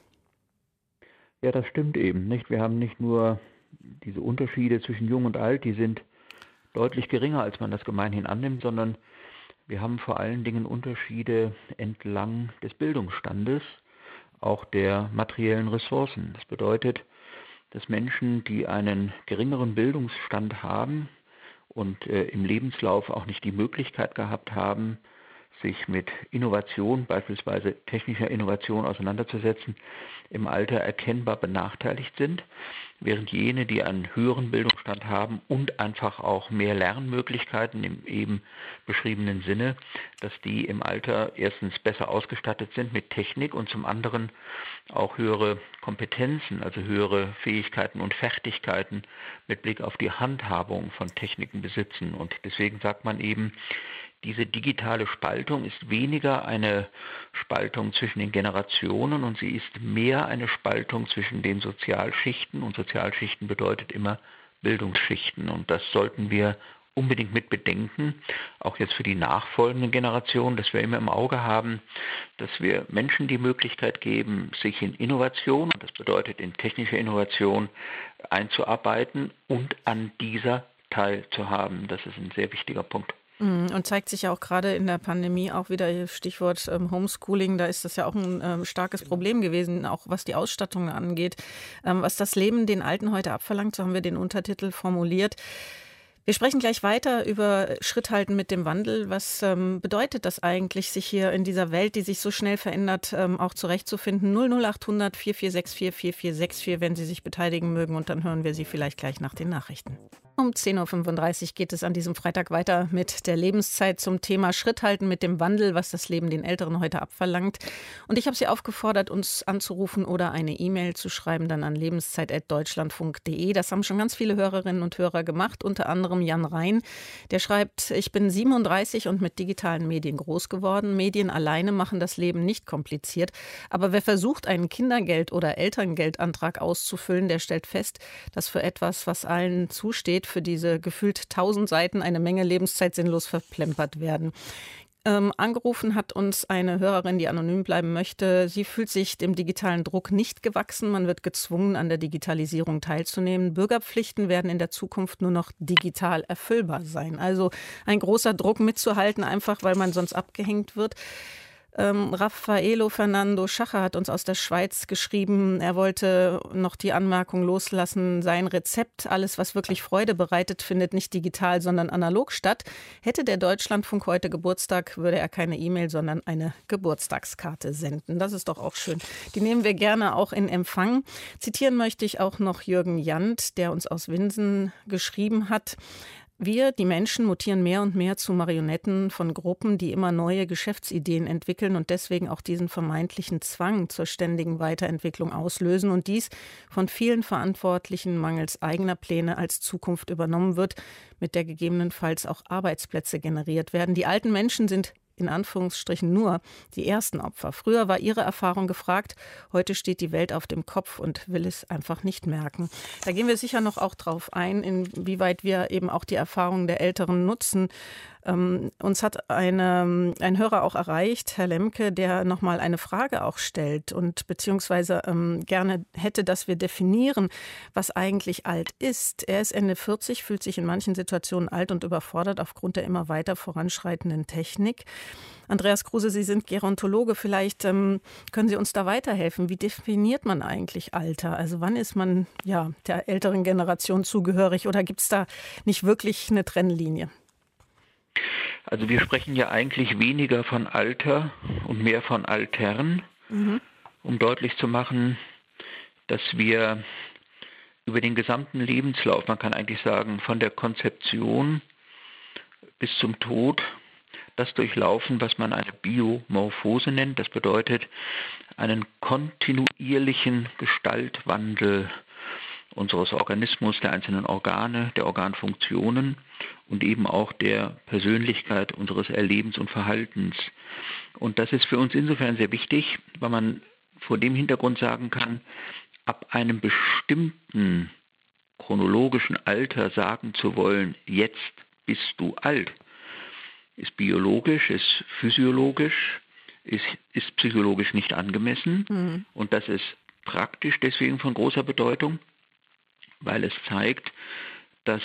Ja, das stimmt eben, nicht? Wir haben nicht nur diese Unterschiede zwischen Jung und Alt, die sind deutlich geringer, als man das gemeinhin annimmt, sondern wir haben vor allen Dingen Unterschiede entlang des Bildungsstandes, auch der materiellen Ressourcen. Das bedeutet, dass Menschen, die einen geringeren Bildungsstand haben und äh, im Lebenslauf auch nicht die Möglichkeit gehabt haben, sich mit Innovation, beispielsweise technischer Innovation auseinanderzusetzen, im Alter erkennbar benachteiligt sind, während jene, die einen höheren Bildungsstand haben und einfach auch mehr Lernmöglichkeiten im eben beschriebenen Sinne, dass die im Alter erstens besser ausgestattet sind mit Technik und zum anderen auch höhere Kompetenzen, also höhere Fähigkeiten und Fertigkeiten mit Blick auf die Handhabung von Techniken besitzen. Und deswegen sagt man eben, diese digitale Spaltung ist weniger eine Spaltung zwischen den Generationen und sie ist mehr eine Spaltung zwischen den Sozialschichten, und Sozialschichten bedeutet immer Bildungsschichten, und das sollten wir unbedingt mit bedenken, auch jetzt für die nachfolgenden Generationen, dass wir immer im Auge haben, dass wir Menschen die Möglichkeit geben, sich in Innovation, das bedeutet in technische Innovation, einzuarbeiten und an dieser teilzuhaben. Das ist ein sehr wichtiger Punkt. Und zeigt sich ja auch gerade in der Pandemie auch wieder, Stichwort ähm, Homeschooling, da ist das ja auch ein ähm, starkes Problem gewesen, auch was die Ausstattung angeht. Ähm, was das Leben den Alten heute abverlangt, so haben wir den Untertitel formuliert. Wir sprechen gleich weiter über Schritt halten mit dem Wandel. Was ähm, bedeutet das eigentlich, sich hier in dieser Welt, die sich so schnell verändert, ähm, auch zurechtzufinden? null null acht hundert vier vier sechs vier vier vier sechs vier, wenn Sie sich beteiligen mögen, und dann hören wir Sie vielleicht gleich nach den Nachrichten. Um zehn Uhr fünfunddreißig geht es an diesem Freitag weiter mit der Lebenszeit zum Thema Schritt halten mit dem Wandel, was das Leben den Älteren heute abverlangt. Und ich habe Sie aufgefordert, uns anzurufen oder eine E-Mail zu schreiben, dann an lebenszeit at deutschlandfunk punkt de. Das haben schon ganz viele Hörerinnen und Hörer gemacht, unter anderem Jan Rhein. Der schreibt, ich bin siebenunddreißig und mit digitalen Medien groß geworden. Medien alleine machen das Leben nicht kompliziert. Aber wer versucht, einen Kindergeld- oder Elterngeldantrag auszufüllen, der stellt fest, dass für etwas, was allen zusteht, für diese gefühlt tausend Seiten eine Menge Lebenszeit sinnlos verplempert werden. Ähm, angerufen hat uns eine Hörerin, die anonym bleiben möchte. Sie fühlt sich dem digitalen Druck nicht gewachsen. Man wird gezwungen, an der Digitalisierung teilzunehmen. Bürgerpflichten werden in der Zukunft nur noch digital erfüllbar sein. Also ein großer Druck mitzuhalten, einfach weil man sonst abgehängt wird. Ähm, Raffaello Fernando Schacher hat uns aus der Schweiz geschrieben, er wollte noch die Anmerkung loslassen, sein Rezept, alles was wirklich Freude bereitet, findet nicht digital, sondern analog statt. Hätte der Deutschlandfunk heute Geburtstag, würde er keine E-Mail, sondern eine Geburtstagskarte senden. Das ist doch auch schön. Die nehmen wir gerne auch in Empfang. Zitieren möchte ich auch noch Jürgen Jant, der uns aus Winsen geschrieben hat. Wir, die Menschen, mutieren mehr und mehr zu Marionetten von Gruppen, die immer neue Geschäftsideen entwickeln und deswegen auch diesen vermeintlichen Zwang zur ständigen Weiterentwicklung auslösen und dies von vielen Verantwortlichen mangels eigener Pläne als Zukunft übernommen wird, mit der gegebenenfalls auch Arbeitsplätze generiert werden. Die alten Menschen sind in Anführungsstrichen nur die ersten Opfer. Früher war ihre Erfahrung gefragt, heute steht die Welt auf dem Kopf und will es einfach nicht merken. Da gehen wir sicher noch auch drauf ein, inwieweit wir eben auch die Erfahrungen der Älteren nutzen. Ähm, uns hat eine, ein Hörer auch erreicht, Herr Lemke, der nochmal eine Frage auch stellt und beziehungsweise ähm, gerne hätte, dass wir definieren, was eigentlich alt ist. Er ist Ende vierzig, fühlt sich in manchen Situationen alt und überfordert aufgrund der immer weiter voranschreitenden Technik. Andreas Kruse, Sie sind Gerontologe, vielleicht ähm, können Sie uns da weiterhelfen. Wie definiert man eigentlich Alter? Also wann ist man ja der älteren Generation zugehörig oder gibt es da nicht wirklich eine Trennlinie? Also wir sprechen ja eigentlich weniger von Alter und mehr von Altern, mhm. um deutlich zu machen, dass wir über den gesamten Lebenslauf, man kann eigentlich sagen, von der Konzeption bis zum Tod, das durchlaufen, was man eine Biomorphose nennt. Das bedeutet einen kontinuierlichen Gestaltwandel unseres Organismus, der einzelnen Organe, der Organfunktionen und eben auch der Persönlichkeit unseres Erlebens und Verhaltens. Und das ist für uns insofern sehr wichtig, weil man vor dem Hintergrund sagen kann, ab einem bestimmten chronologischen Alter sagen zu wollen, jetzt bist du alt, ist biologisch, ist physiologisch, ist, ist psychologisch nicht angemessen. Mhm. Und das ist praktisch deswegen von großer Bedeutung, weil es zeigt, dass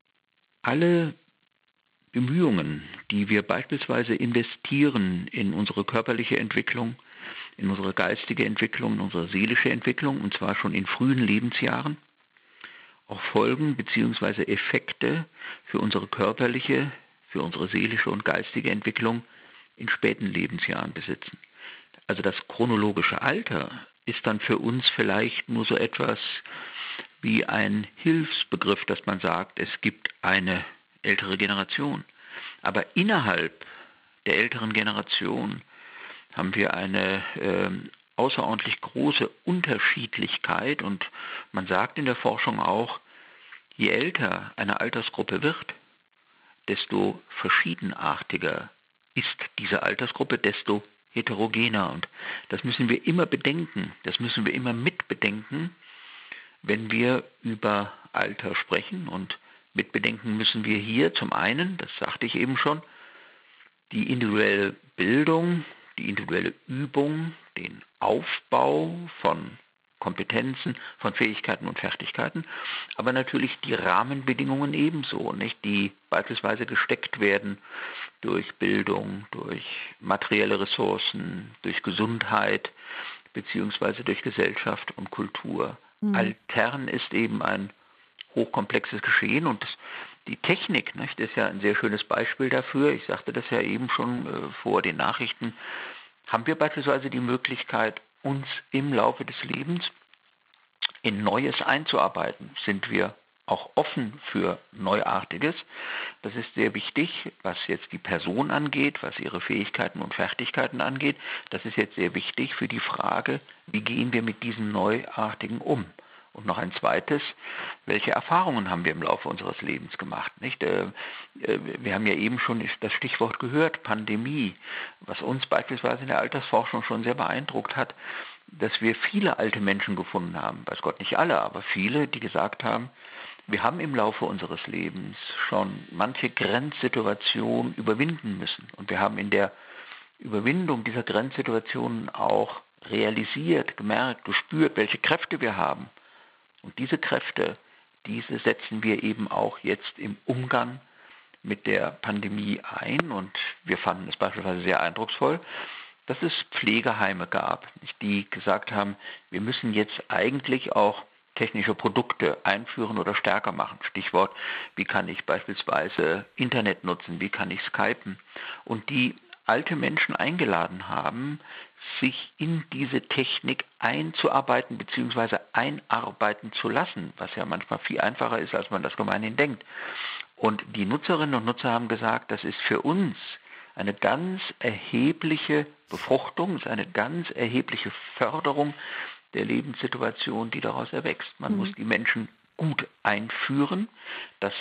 alle Bemühungen, die wir beispielsweise investieren in unsere körperliche Entwicklung, in unsere geistige Entwicklung, in unsere seelische Entwicklung, und zwar schon in frühen Lebensjahren, auch Folgen bzw. Effekte für unsere körperliche, für unsere seelische und geistige Entwicklung in späten Lebensjahren besitzen. Also das chronologische Alter ist dann für uns vielleicht nur so etwas wie ein Hilfsbegriff, dass man sagt, es gibt eine ältere Generation. Aber innerhalb der älteren Generation haben wir eine äh, außerordentlich große Unterschiedlichkeit, und man sagt in der Forschung auch, je älter eine Altersgruppe wird, desto verschiedenartiger ist diese Altersgruppe, desto heterogener. Und das müssen wir immer bedenken, das müssen wir immer mitbedenken, wenn wir über Alter sprechen. Und mitbedenken müssen wir hier zum einen, das sagte ich eben schon, die individuelle Bildung, die individuelle Übung, den Aufbau von Kompetenzen, von Fähigkeiten und Fertigkeiten, aber natürlich die Rahmenbedingungen ebenso, nicht, die beispielsweise gesteckt werden durch Bildung, durch materielle Ressourcen, durch Gesundheit beziehungsweise durch Gesellschaft und Kultur. Mhm. Altern ist eben ein hochkomplexes Geschehen, und das, die Technik, nicht, ist ja ein sehr schönes Beispiel dafür. Ich sagte das ja eben schon äh, vor den Nachrichten. Haben wir beispielsweise die Möglichkeit, uns im Laufe des Lebens in Neues einzuarbeiten? Sind wir auch offen für Neuartiges? Das ist sehr wichtig, was jetzt die Person angeht, was ihre Fähigkeiten und Fertigkeiten angeht. Das ist jetzt sehr wichtig für die Frage, wie gehen wir mit diesem Neuartigen um? Und noch ein zweites, welche Erfahrungen haben wir im Laufe unseres Lebens gemacht? Nicht? Wir haben ja eben schon das Stichwort gehört, Pandemie, was uns beispielsweise in der Altersforschung schon sehr beeindruckt hat, dass wir viele alte Menschen gefunden haben, weiß Gott nicht alle, aber viele, die gesagt haben, wir haben im Laufe unseres Lebens schon manche Grenzsituationen überwinden müssen. Und wir haben in der Überwindung dieser Grenzsituationen auch realisiert, gemerkt, gespürt, welche Kräfte wir haben. Und diese Kräfte, diese setzen wir eben auch jetzt im Umgang mit der Pandemie ein. Und wir fanden es beispielsweise sehr eindrucksvoll, dass es Pflegeheime gab, die gesagt haben, wir müssen jetzt eigentlich auch technische Produkte einführen oder stärker machen. Stichwort, wie kann ich beispielsweise Internet nutzen, wie kann ich skypen? Und die alte Menschen eingeladen haben, sich in diese Technik einzuarbeiten bzw. einarbeiten zu lassen, was ja manchmal viel einfacher ist, als man das gemeinhin denkt. Und die Nutzerinnen und Nutzer haben gesagt, das ist für uns eine ganz erhebliche Befruchtung, ist eine ganz erhebliche Förderung der Lebenssituation, die daraus erwächst. Man mhm. muss die Menschen gut einführen, das,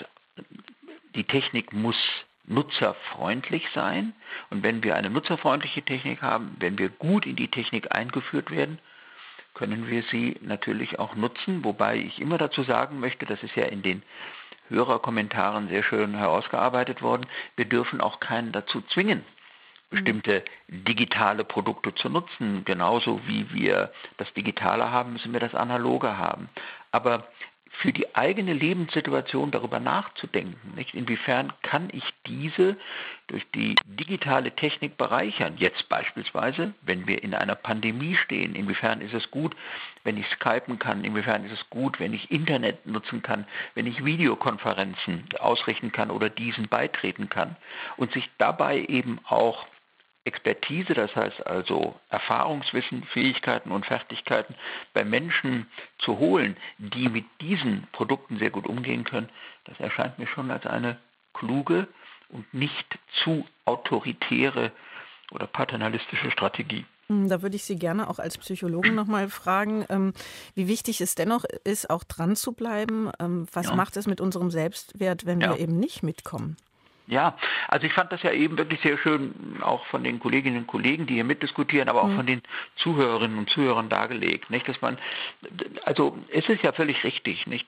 die Technik muss nutzerfreundlich sein, und wenn wir eine nutzerfreundliche Technik haben, wenn wir gut in die Technik eingeführt werden, können wir sie natürlich auch nutzen, wobei ich immer dazu sagen möchte, das ist ja in den Hörerkommentaren sehr schön herausgearbeitet worden, wir dürfen auch keinen dazu zwingen, bestimmte digitale Produkte zu nutzen. Genauso wie wir das Digitale haben, müssen wir das Analoge haben. Aber für die eigene Lebenssituation darüber nachzudenken, nicht? Inwiefern kann ich diese durch die digitale Technik bereichern? Jetzt beispielsweise, wenn wir in einer Pandemie stehen, inwiefern ist es gut, wenn ich skypen kann? Inwiefern ist es gut, wenn ich Internet nutzen kann, wenn ich Videokonferenzen ausrichten kann oder diesen beitreten kann? Und sich dabei eben auch Expertise, das heißt also Erfahrungswissen, Fähigkeiten und Fertigkeiten bei Menschen zu holen, die mit diesen Produkten sehr gut umgehen können, das erscheint mir schon als eine kluge und nicht zu autoritäre oder paternalistische Strategie. Da würde ich Sie gerne auch als Psychologen noch mal fragen, wie wichtig es dennoch ist, auch dran zu bleiben. Was ja. macht es mit unserem Selbstwert, wenn ja. wir eben nicht mitkommen? Ja, also ich fand das ja eben wirklich sehr schön, auch von den Kolleginnen und Kollegen, die hier mitdiskutieren, aber auch mhm. von den Zuhörerinnen und Zuhörern dargelegt, nicht, dass man, also es ist ja völlig richtig, nicht,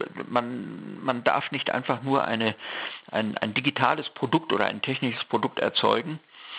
man, man darf nicht einfach nur eine, ein, ein digitales Produkt oder ein technisches Produkt erzeugen,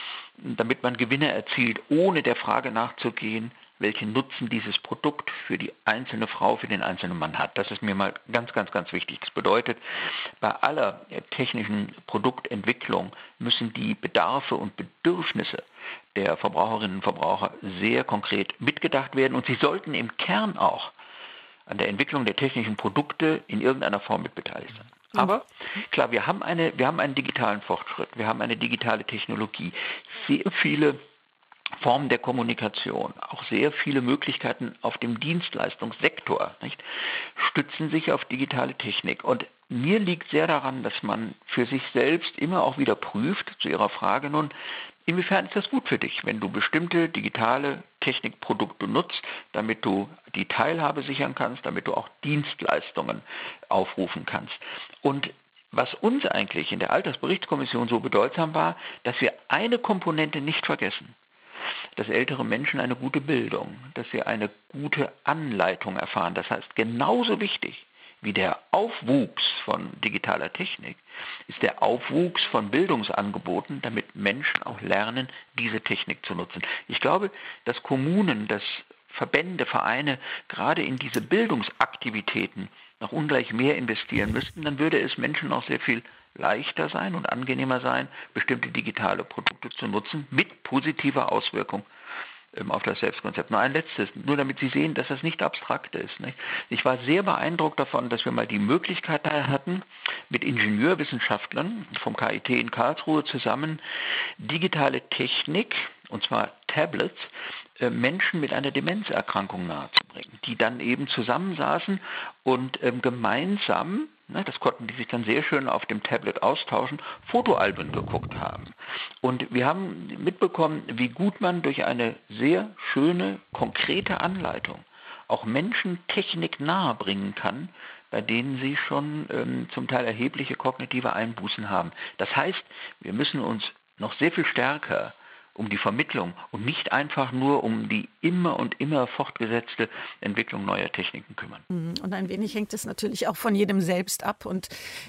damit man Gewinne erzielt, ohne der Frage nachzugehen, welchen Nutzen dieses Produkt für die einzelne Frau, für den einzelnen Mann hat. Das ist mir mal ganz, ganz, ganz wichtig. Das bedeutet, bei aller technischen Produktentwicklung müssen die Bedarfe und Bedürfnisse der Verbraucherinnen und Verbraucher sehr konkret mitgedacht werden und sie sollten im Kern auch an der Entwicklung der technischen Produkte in irgendeiner Form mitbeteiligt sein. Aber klar, wir haben eine, wir haben einen digitalen Fortschritt, wir haben eine digitale Technologie, sehr viele Formen der Kommunikation, auch sehr viele Möglichkeiten auf dem Dienstleistungssektor, nicht, stützen sich auf digitale Technik. Und mir liegt sehr daran, dass man für sich selbst immer auch wieder prüft, zu Ihrer Frage nun, inwiefern ist das gut für dich, wenn du bestimmte digitale Technikprodukte nutzt, damit du die Teilhabe sichern kannst, damit du auch Dienstleistungen aufrufen kannst. Und was uns eigentlich in der Altersberichtskommission so bedeutsam war, dass wir eine Komponente nicht vergessen. Dass ältere Menschen eine gute Bildung, dass sie eine gute Anleitung erfahren. Das heißt, genauso wichtig wie der Aufwuchs von digitaler Technik ist der Aufwuchs von Bildungsangeboten, damit Menschen auch lernen, diese Technik zu nutzen. Ich glaube, dass Kommunen, dass Verbände, Vereine gerade in diese Bildungsaktivitäten noch ungleich mehr investieren müssten, dann würde es Menschen auch sehr viel leichter sein und angenehmer sein, bestimmte digitale Produkte zu nutzen, mit positiver Auswirkung ähm, auf das Selbstkonzept. Nur ein letztes, nur damit Sie sehen, dass das nicht abstrakt ist. Nicht? Ich war sehr beeindruckt davon, dass wir mal die Möglichkeit hatten, mit Ingenieurwissenschaftlern vom K I T in Karlsruhe zusammen digitale Technik, und zwar Tablets, äh, Menschen mit einer Demenzerkrankung nahezubringen, die dann eben zusammensaßen und ähm, gemeinsam, ne, das konnten die sich dann sehr schön auf dem Tablet austauschen, Fotoalben geguckt haben. Und wir haben mitbekommen, wie gut man durch eine sehr schöne, konkrete Anleitung auch Menschen Technik nahe bringen kann, bei denen sie schon ähm, zum Teil erhebliche kognitive Einbußen haben. Das heißt, wir müssen uns noch sehr viel stärker um die Vermittlung und nicht einfach nur um die immer und immer fortgesetzte Entwicklung neuer Techniken kümmern. Und ein wenig hängt es natürlich auch von jedem selbst ab. Und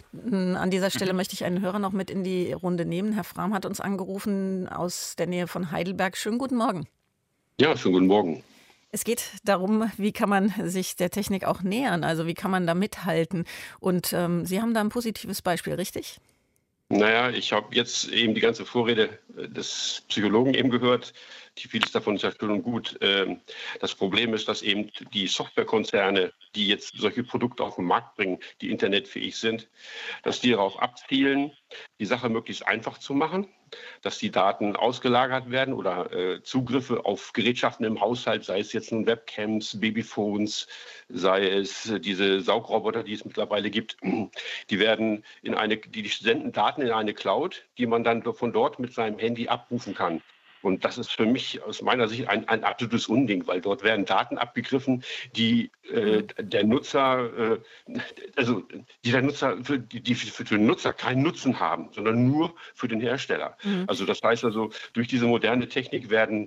an dieser Stelle mhm. möchte ich einen Hörer noch mit in die Runde nehmen. Herr Frahm hat uns angerufen aus der Nähe von Heidelberg. Schönen guten Morgen. Ja, schönen guten Morgen. Es geht darum, wie kann man sich der Technik auch nähern, also wie kann man da mithalten. Und ähm, Sie haben da ein positives Beispiel, richtig? Naja, ich habe jetzt eben die ganze Vorrede des Psychologen eben gehört. Die vieles davon ist ja schön und gut. Das Problem ist, dass eben die Softwarekonzerne, die jetzt solche Produkte auf den Markt bringen, die internetfähig sind, dass die darauf abzielen, die Sache möglichst einfach zu machen, dass die Daten ausgelagert werden oder äh, Zugriffe auf Gerätschaften im Haushalt, sei es jetzt nun Webcams, Babyphones, sei es äh, diese Saugroboter, die es mittlerweile gibt, die werden in eine, die senden Daten in eine Cloud, die man dann von dort mit seinem Handy abrufen kann. Und das ist für mich aus meiner Sicht ein, ein absolutes Unding, weil dort werden Daten abgegriffen, die äh, der Nutzer, äh, also die der Nutzer für, die, die für den Nutzer keinen Nutzen haben, sondern nur für den Hersteller. Mhm. Also das heißt also, durch diese moderne Technik werden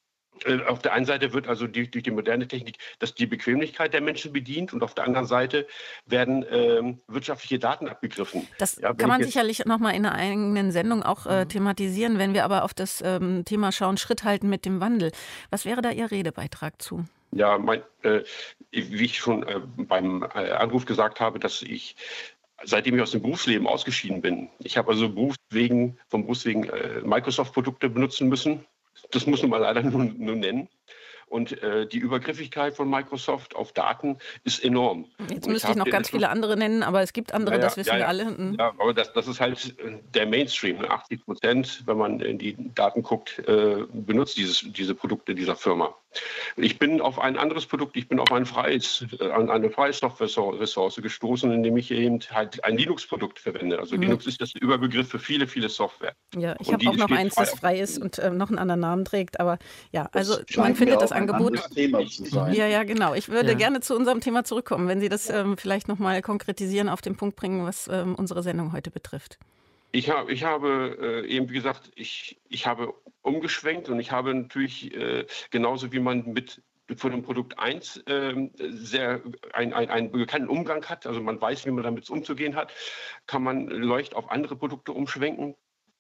auf der einen Seite wird also durch, durch die moderne Technik das die Bequemlichkeit der Menschen bedient und auf der anderen Seite werden ähm, wirtschaftliche Daten abgegriffen. Das ja, kann man sicherlich nochmal in einer eigenen Sendung auch äh, thematisieren, wenn wir aber auf das ähm, Thema schauen, Schritt halten mit dem Wandel. Was wäre da Ihr Redebeitrag zu? Ja, mein, äh, wie ich schon äh, beim äh, Anruf gesagt habe, dass ich seitdem ich aus dem Berufsleben ausgeschieden bin, ich habe also Berufswegen, vom Berufswegen äh, Microsoft-Produkte benutzen müssen. Das muss man mal leider nur, nur nennen. Und äh, die Übergriffigkeit von Microsoft auf Daten ist enorm. Jetzt müsste ich, ich noch ganz viele andere nennen, aber es gibt andere, ja, das wissen ja, ja. wir alle. Mhm. Ja, aber das, das ist halt der Mainstream. achtzig Prozent, wenn man in die Daten guckt, äh, benutzt dieses, diese Produkte dieser Firma. Ich bin auf ein anderes Produkt, ich bin auf ein freies, äh, eine freie Software-Ressource gestoßen, indem ich eben halt ein Linux-Produkt verwende. Also mhm. Linux ist das Überbegriff für viele, viele Software. Ja, ich habe auch noch eins, das frei ist und äh, noch einen anderen Namen trägt. Aber ja, also man findet das Angebot. Ja, ja, genau. Ich würde ja. gerne zu unserem Thema zurückkommen, wenn Sie das ähm, vielleicht noch mal konkretisieren, auf den Punkt bringen, was ähm, unsere Sendung heute betrifft. Ich, hab, ich habe äh, eben, wie gesagt, ich, ich habe umgeschwenkt und ich habe natürlich äh, genauso wie man mit von dem Produkt eins äh, sehr ein, ein, einen bekannten Umgang hat, also man weiß, wie man damit umzugehen hat, kann man leicht auf andere Produkte umschwenken,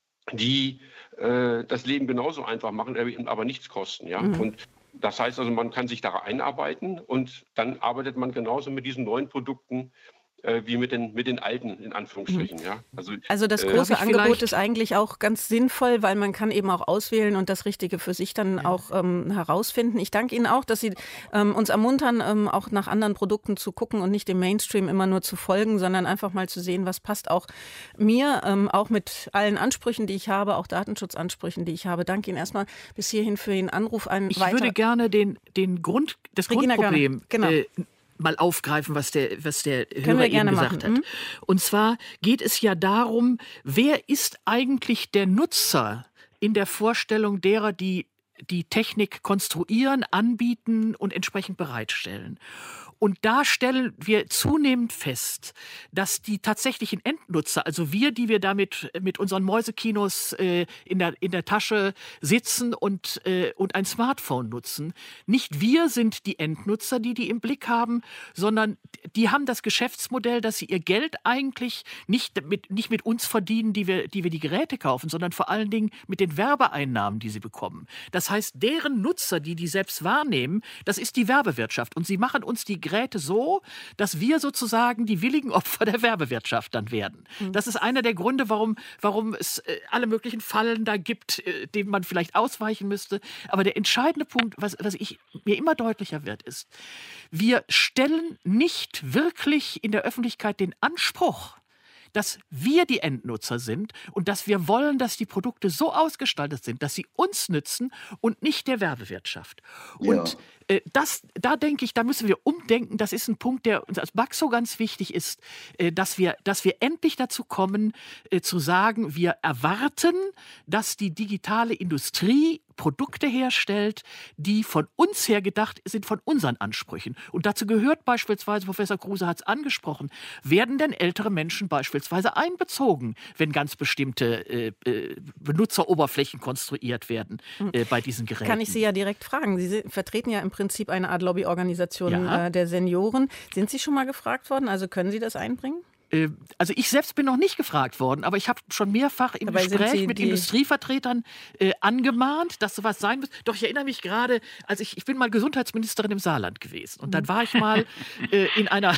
die äh, das Leben genauso einfach machen, aber nichts kosten. Ja? Mhm. Und das heißt also, man kann sich da einarbeiten und dann arbeitet man genauso mit diesen neuen Produkten äh, wie mit den, mit den alten, in Anführungsstrichen. Mhm. Ja? Also, also das große äh, Angebot ist eigentlich auch ganz sinnvoll, weil man kann eben auch auswählen und das Richtige für sich dann ja. auch ähm, herausfinden. Ich danke Ihnen auch, dass Sie ähm, uns ermuntern, ähm, auch nach anderen Produkten zu gucken und nicht dem Mainstream immer nur zu folgen, sondern einfach mal zu sehen, was passt auch mir, ähm, auch mit allen Ansprüchen, die ich habe, auch Datenschutzansprüchen, die ich habe. Danke Ihnen erstmal bis hierhin für Ihren Anruf. Ein ich weiter würde gerne den, den Grund, das Regina Grundproblem genau. äh, mal aufgreifen, was der, was der Hörer eben gesagt hat. Mhm. Und zwar geht es ja darum, wer ist eigentlich der Nutzer in der Vorstellung derer, die die Technik konstruieren, anbieten und entsprechend bereitstellen. Und da stellen wir zunehmend fest, dass die tatsächlichen Endnutzer, also wir, die wir damit mit unseren Mäusekinos äh, in der, in der Tasche sitzen und, äh, und ein Smartphone nutzen, nicht wir sind die Endnutzer, die die im Blick haben, sondern die haben das Geschäftsmodell, dass sie ihr Geld eigentlich nicht mit, nicht mit uns verdienen, die wir, die wir die Geräte kaufen, sondern vor allen Dingen mit den Werbeeinnahmen, die sie bekommen. Das heißt, deren Nutzer, die die selbst wahrnehmen, das ist die Werbewirtschaft. Und sie machen uns die Geräte so, dass wir sozusagen die willigen Opfer der Werbewirtschaft dann werden. Mhm. Das ist einer der Gründe, warum, warum es äh, alle möglichen Fallen da gibt, äh, denen man vielleicht ausweichen müsste. Aber der entscheidende Punkt, was, was ich, mir immer deutlicher wird, ist, wir stellen nicht wirklich in der Öffentlichkeit den Anspruch, dass wir die Endnutzer sind und dass wir wollen, dass die Produkte so ausgestaltet sind, dass sie uns nützen und nicht der Werbewirtschaft. Ja. Und äh, das, da denke ich, da müssen wir umdenken. Das ist ein Punkt, der uns als Baxo ganz wichtig ist, äh, dass wir, dass wir endlich dazu kommen, äh, zu sagen, wir erwarten, dass die digitale Industrie Produkte herstellt, die von uns her gedacht sind, von unseren Ansprüchen. Und dazu gehört beispielsweise, Professor Kruse hat es angesprochen, werden denn ältere Menschen beispielsweise einbezogen, wenn ganz bestimmte äh, äh, Benutzeroberflächen konstruiert werden äh, bei diesen Geräten? Kann ich Sie ja direkt fragen. Sie vertreten ja im Prinzip eine Art Lobbyorganisation ja. äh, der Senioren. Sind Sie schon mal gefragt worden? Also können Sie das einbringen? Also ich selbst bin noch nicht gefragt worden, aber ich habe schon mehrfach im Dabei Gespräch mit Industrievertretern äh, angemahnt, dass sowas sein muss. Doch ich erinnere mich gerade, als ich, ich bin mal Gesundheitsministerin im Saarland gewesen und dann war ich mal äh, in einer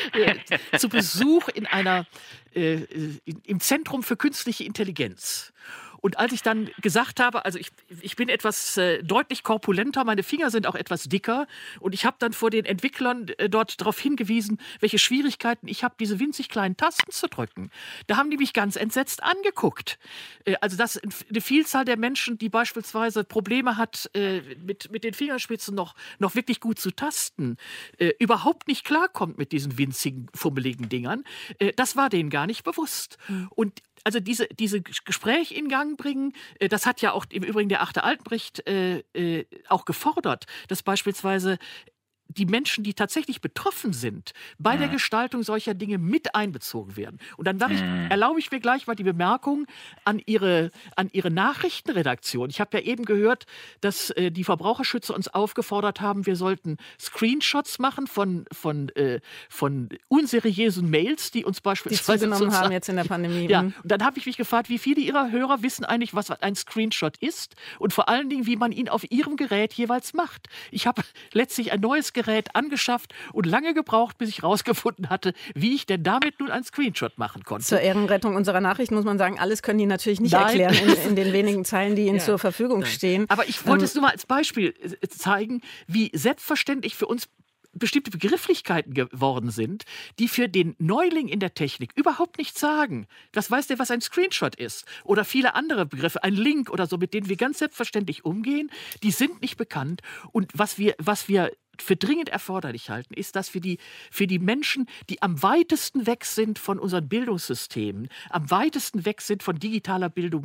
äh, zu Besuch in einer äh, in, im Zentrum für künstliche Intelligenz. Und als ich dann gesagt habe, also ich, ich bin etwas äh, deutlich korpulenter, meine Finger sind auch etwas dicker und ich habe dann vor den Entwicklern äh, dort darauf hingewiesen, welche Schwierigkeiten ich habe, diese winzig kleinen Tasten zu drücken. Da haben die mich ganz entsetzt angeguckt. Äh, also dass eine Vielzahl der Menschen, die beispielsweise Probleme hat, äh, mit, mit den Fingerspitzen noch, noch wirklich gut zu tasten, äh, überhaupt nicht klarkommt mit diesen winzigen, fummeligen Dingern, äh, das war denen gar nicht bewusst. Mhm. Und also diese, diese Gespräche in Gang bringen, das hat ja auch im Übrigen der Achte Altenbrecht äh, äh, auch gefordert, dass beispielsweise die Menschen, die tatsächlich betroffen sind, bei mhm. der Gestaltung solcher Dinge mit einbezogen werden. Und dann ich, mhm. erlaube ich mir gleich mal die Bemerkung an Ihre, an Ihre Nachrichtenredaktion. Ich habe ja eben gehört, dass äh, die Verbraucherschützer uns aufgefordert haben, wir sollten Screenshots machen von, von, äh, von unseriösen Mails, die uns beispielsweise die zugenommen haben jetzt in der Pandemie. Ja, und dann habe ich mich gefragt, wie viele Ihrer Hörer wissen eigentlich, was ein Screenshot ist und vor allen Dingen, wie man ihn auf Ihrem Gerät jeweils macht. Ich habe letztlich ein neues Gerät angeschafft und lange gebraucht, bis ich rausgefunden hatte, wie ich denn damit nun einen Screenshot machen konnte. Zur Ehrenrettung unserer Nachrichten muss man sagen, alles können die natürlich nicht Nein. erklären in, in den wenigen Zeilen, die ihnen ja. zur Verfügung Nein. stehen. Aber ich wollte ähm, es nur mal als Beispiel zeigen, wie selbstverständlich für uns bestimmte Begrifflichkeiten geworden sind, die für den Neuling in der Technik überhaupt nichts sagen. Was weiß der, was ein Screenshot ist? Oder viele andere Begriffe, ein Link oder so, mit denen wir ganz selbstverständlich umgehen, die sind nicht bekannt. Und was wir, was wir für dringend erforderlich halten, ist, dass für die, für die Menschen, die am weitesten weg sind von unseren Bildungssystemen, am weitesten weg sind von digitaler Bildung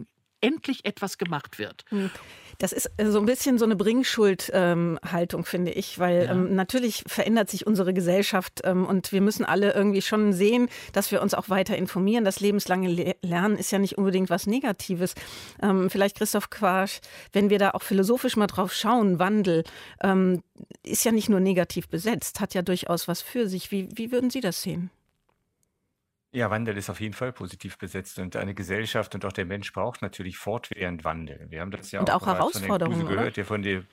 endlich etwas gemacht wird. Das ist so ein bisschen so eine Bringschuld-Haltung, ähm, finde ich, weil ja. ähm, natürlich verändert sich unsere Gesellschaft ähm, und wir müssen alle irgendwie schon sehen, dass wir uns auch weiter informieren. Das lebenslange Le- Lernen ist ja nicht unbedingt was Negatives. Ähm, vielleicht, Christoph Quarsch, wenn wir da auch philosophisch mal drauf schauen, Wandel ähm, ist ja nicht nur negativ besetzt, hat ja durchaus was für sich. Wie, wie würden Sie das sehen? Ja, Wandel ist auf jeden Fall positiv besetzt und eine Gesellschaft und auch der Mensch braucht natürlich fortwährend Wandel. Wir haben das ja und auch, auch Herausforderungen, von der gehört, der von der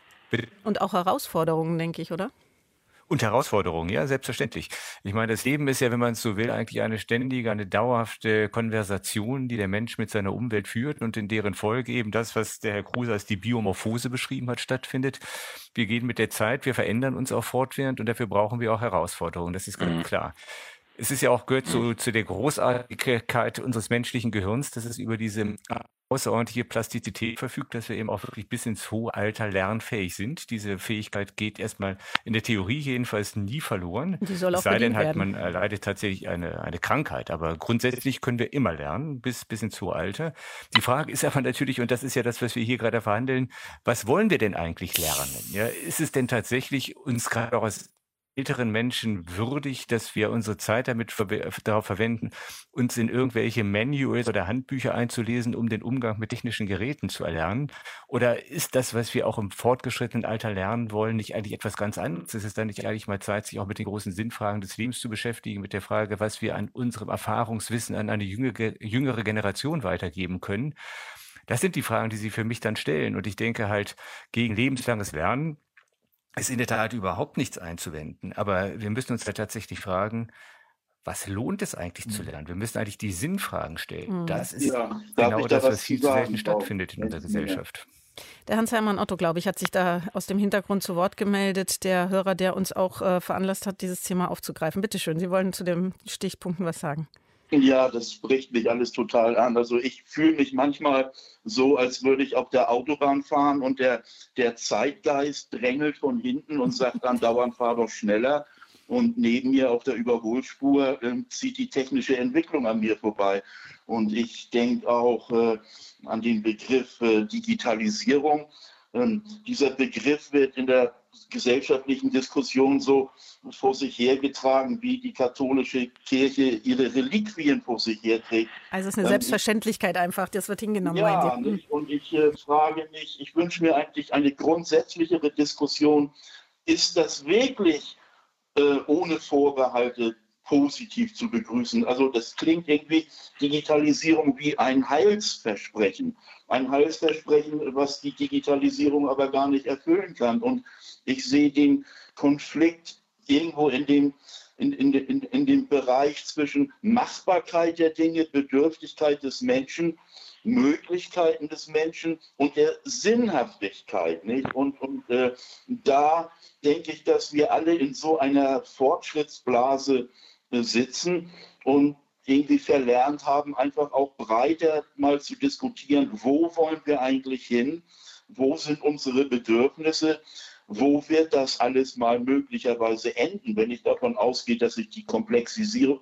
Und auch Herausforderungen, denke ich, oder? Und Herausforderungen, ja, selbstverständlich. Ich meine, das Leben ist ja, wenn man es so will, eigentlich eine ständige, eine dauerhafte Konversation, die der Mensch mit seiner Umwelt führt und in deren Folge eben das, was der Herr Kruse als die Biomorphose beschrieben hat, stattfindet. Wir gehen mit der Zeit, wir verändern uns auch fortwährend und dafür brauchen wir auch Herausforderungen, das ist ganz mhm. klar. Es ist ja auch gehört zu, zu der Großartigkeit unseres menschlichen Gehirns, dass es über diese außerordentliche Plastizität verfügt, dass wir eben auch wirklich bis ins hohe Alter lernfähig sind. Diese Fähigkeit geht erstmal in der Theorie jedenfalls nie verloren. Die soll auch es sei denn halt, werden. man erleidet tatsächlich eine, eine Krankheit. Aber grundsätzlich können wir immer lernen, bis, bis ins hohe Alter. Die Frage ist aber natürlich, und das ist ja das, was wir hier gerade verhandeln, was wollen wir denn eigentlich lernen? Ja, ist es denn tatsächlich uns gerade auch als älteren Menschen würdig, dass wir unsere Zeit damit ver- darauf verwenden, uns in irgendwelche Manuals oder Handbücher einzulesen, um den Umgang mit technischen Geräten zu erlernen? Oder ist das, was wir auch im fortgeschrittenen Alter lernen wollen, nicht eigentlich etwas ganz anderes? Ist es dann nicht eigentlich mal Zeit, sich auch mit den großen Sinnfragen des Lebens zu beschäftigen, mit der Frage, was wir an unserem Erfahrungswissen an eine jüngere, jüngere Generation weitergeben können? Das sind die Fragen, die Sie für mich dann stellen. Und ich denke halt, gegen lebenslanges Lernen ist in der Tat überhaupt nichts einzuwenden. Aber wir müssen uns ja tatsächlich fragen, was lohnt es eigentlich zu lernen? Wir müssen eigentlich die Sinnfragen stellen. Das ist Ja, genau da das, was was viel zu zu selten sagen, stattfindet in Frau unserer Messner? Gesellschaft. Der Hans-Hermann Otto, glaube ich, hat sich da aus dem Hintergrund zu Wort gemeldet. Der Hörer, der uns auch äh, veranlasst hat, dieses Thema aufzugreifen. Bitte schön, Sie wollen zu den Stichpunkten was sagen. Ja, das spricht mich alles total an. Also ich fühle mich manchmal so, als würde ich auf der Autobahn fahren und der, der Zeitgeist drängelt von hinten und sagt dann dauernd, fahr doch schneller. Und neben mir auf der Überholspur äh, zieht die technische Entwicklung an mir vorbei. Und ich denke auch äh, an den Begriff äh, Digitalisierung. Ähm, dieser Begriff wird in der gesellschaftlichen Diskussion so vor sich hergetragen, wie die katholische Kirche ihre Reliquien vor sich herträgt. Also es ist eine Selbstverständlichkeit einfach, das wird hingenommen. Ja, nicht? Und ich äh, frage mich, ich wünsche mir eigentlich eine grundsätzlichere Diskussion, ist das wirklich äh, ohne Vorbehalte positiv zu begrüßen? Also das klingt irgendwie Digitalisierung wie ein Heilsversprechen. Ein Heilsversprechen, was die Digitalisierung aber gar nicht erfüllen kann. Und ich sehe den Konflikt irgendwo in dem, in, in, in, in dem Bereich zwischen Machbarkeit der Dinge, Bedürftigkeit des Menschen, Möglichkeiten des Menschen und der Sinnhaftigkeit. Nicht? Und, und äh, da denke ich, dass wir alle in so einer Fortschrittsblase äh, sitzen und irgendwie verlernt haben, einfach auch breiter mal zu diskutieren, wo wollen wir eigentlich hin, wo sind unsere Bedürfnisse, wo wird das alles mal möglicherweise enden, wenn ich davon ausgehe, dass sich die Komplexisierung,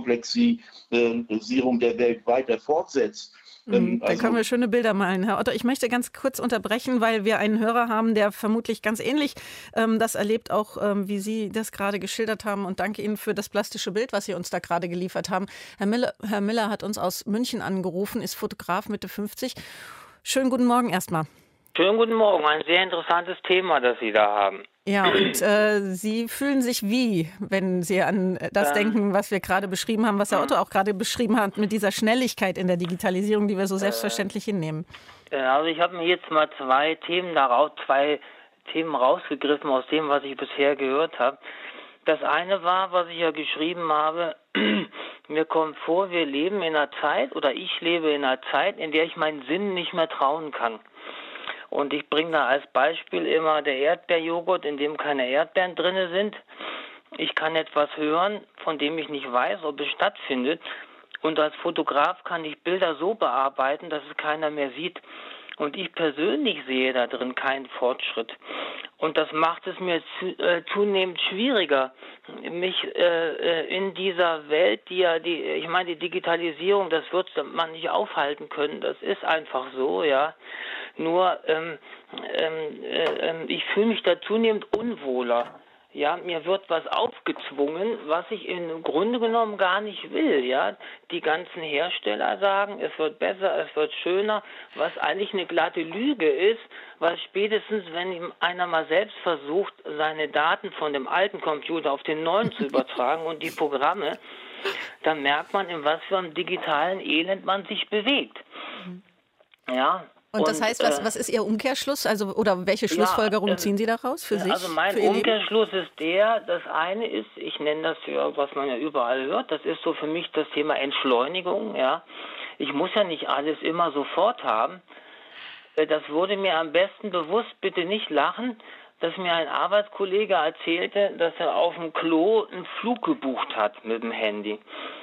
Komplexisierung der Welt weiter fortsetzt. Mhm, also, dann können wir schöne Bilder malen, Herr Otto. Ich möchte ganz kurz unterbrechen, weil wir einen Hörer haben, der vermutlich ganz ähnlich ähm, das erlebt, auch ähm, wie Sie das gerade geschildert haben. Und danke Ihnen für das plastische Bild, was Sie uns da gerade geliefert haben. Herr Miller, Herr Miller hat uns aus München angerufen, ist Fotograf, Mitte fünfzig. Schönen guten Morgen erstmal. Schönen guten Morgen, ein sehr interessantes Thema, das Sie da haben. Ja, und äh, Sie fühlen sich wie, wenn Sie an das ähm, denken, was wir gerade beschrieben haben, was Herr Otto auch gerade beschrieben hat, mit dieser Schnelligkeit in der Digitalisierung, die wir so selbstverständlich äh, hinnehmen? Also ich habe mir jetzt mal zwei Themen daraus, zwei Themen rausgegriffen aus dem, was ich bisher gehört habe. Das eine war, was ich ja geschrieben habe, mir kommt vor, wir leben in einer Zeit, oder ich lebe in einer Zeit, in der ich meinen Sinn nicht mehr trauen kann. Und ich bringe da als Beispiel immer der Erdbeerjoghurt, in dem keine Erdbeeren drin sind. Ich kann etwas hören, von dem ich nicht weiß, ob es stattfindet. Und als Fotograf kann ich Bilder so bearbeiten, dass es keiner mehr sieht. Und ich persönlich sehe da drin keinen Fortschritt. Und das macht es mir zu, äh, zunehmend schwieriger, mich äh, in dieser Welt, die ja, die, ich meine, die Digitalisierung, das wird man nicht aufhalten können. Das ist einfach so, ja. Nur ähm, ähm, äh, ich fühle mich da zunehmend unwohler. Ja, mir wird was aufgezwungen, was ich im Grunde genommen gar nicht will, ja. Die ganzen Hersteller sagen, es wird besser, es wird schöner, was eigentlich eine glatte Lüge ist, weil spätestens, wenn einer mal selbst versucht, seine Daten von dem alten Computer auf den neuen zu übertragen und die Programme, dann merkt man, in was für einem digitalen Elend man sich bewegt. Ja. Und das heißt, was, äh, was ist Ihr Umkehrschluss? Also, oder welche Schlussfolgerung ja, äh, ziehen Sie daraus für sich? Also mein für Ihr Umkehrschluss ist der, das eine ist, ich nenne das ja, was man ja überall hört, das ist so für mich das Thema Entschleunigung, ja. Ich muss ja nicht alles immer sofort haben. Äh, Das wurde mir am besten bewusst, bitte nicht lachen, dass mir ein Arbeitskollege erzählte, dass er auf dem Klo einen Flug gebucht hat mit dem Handy.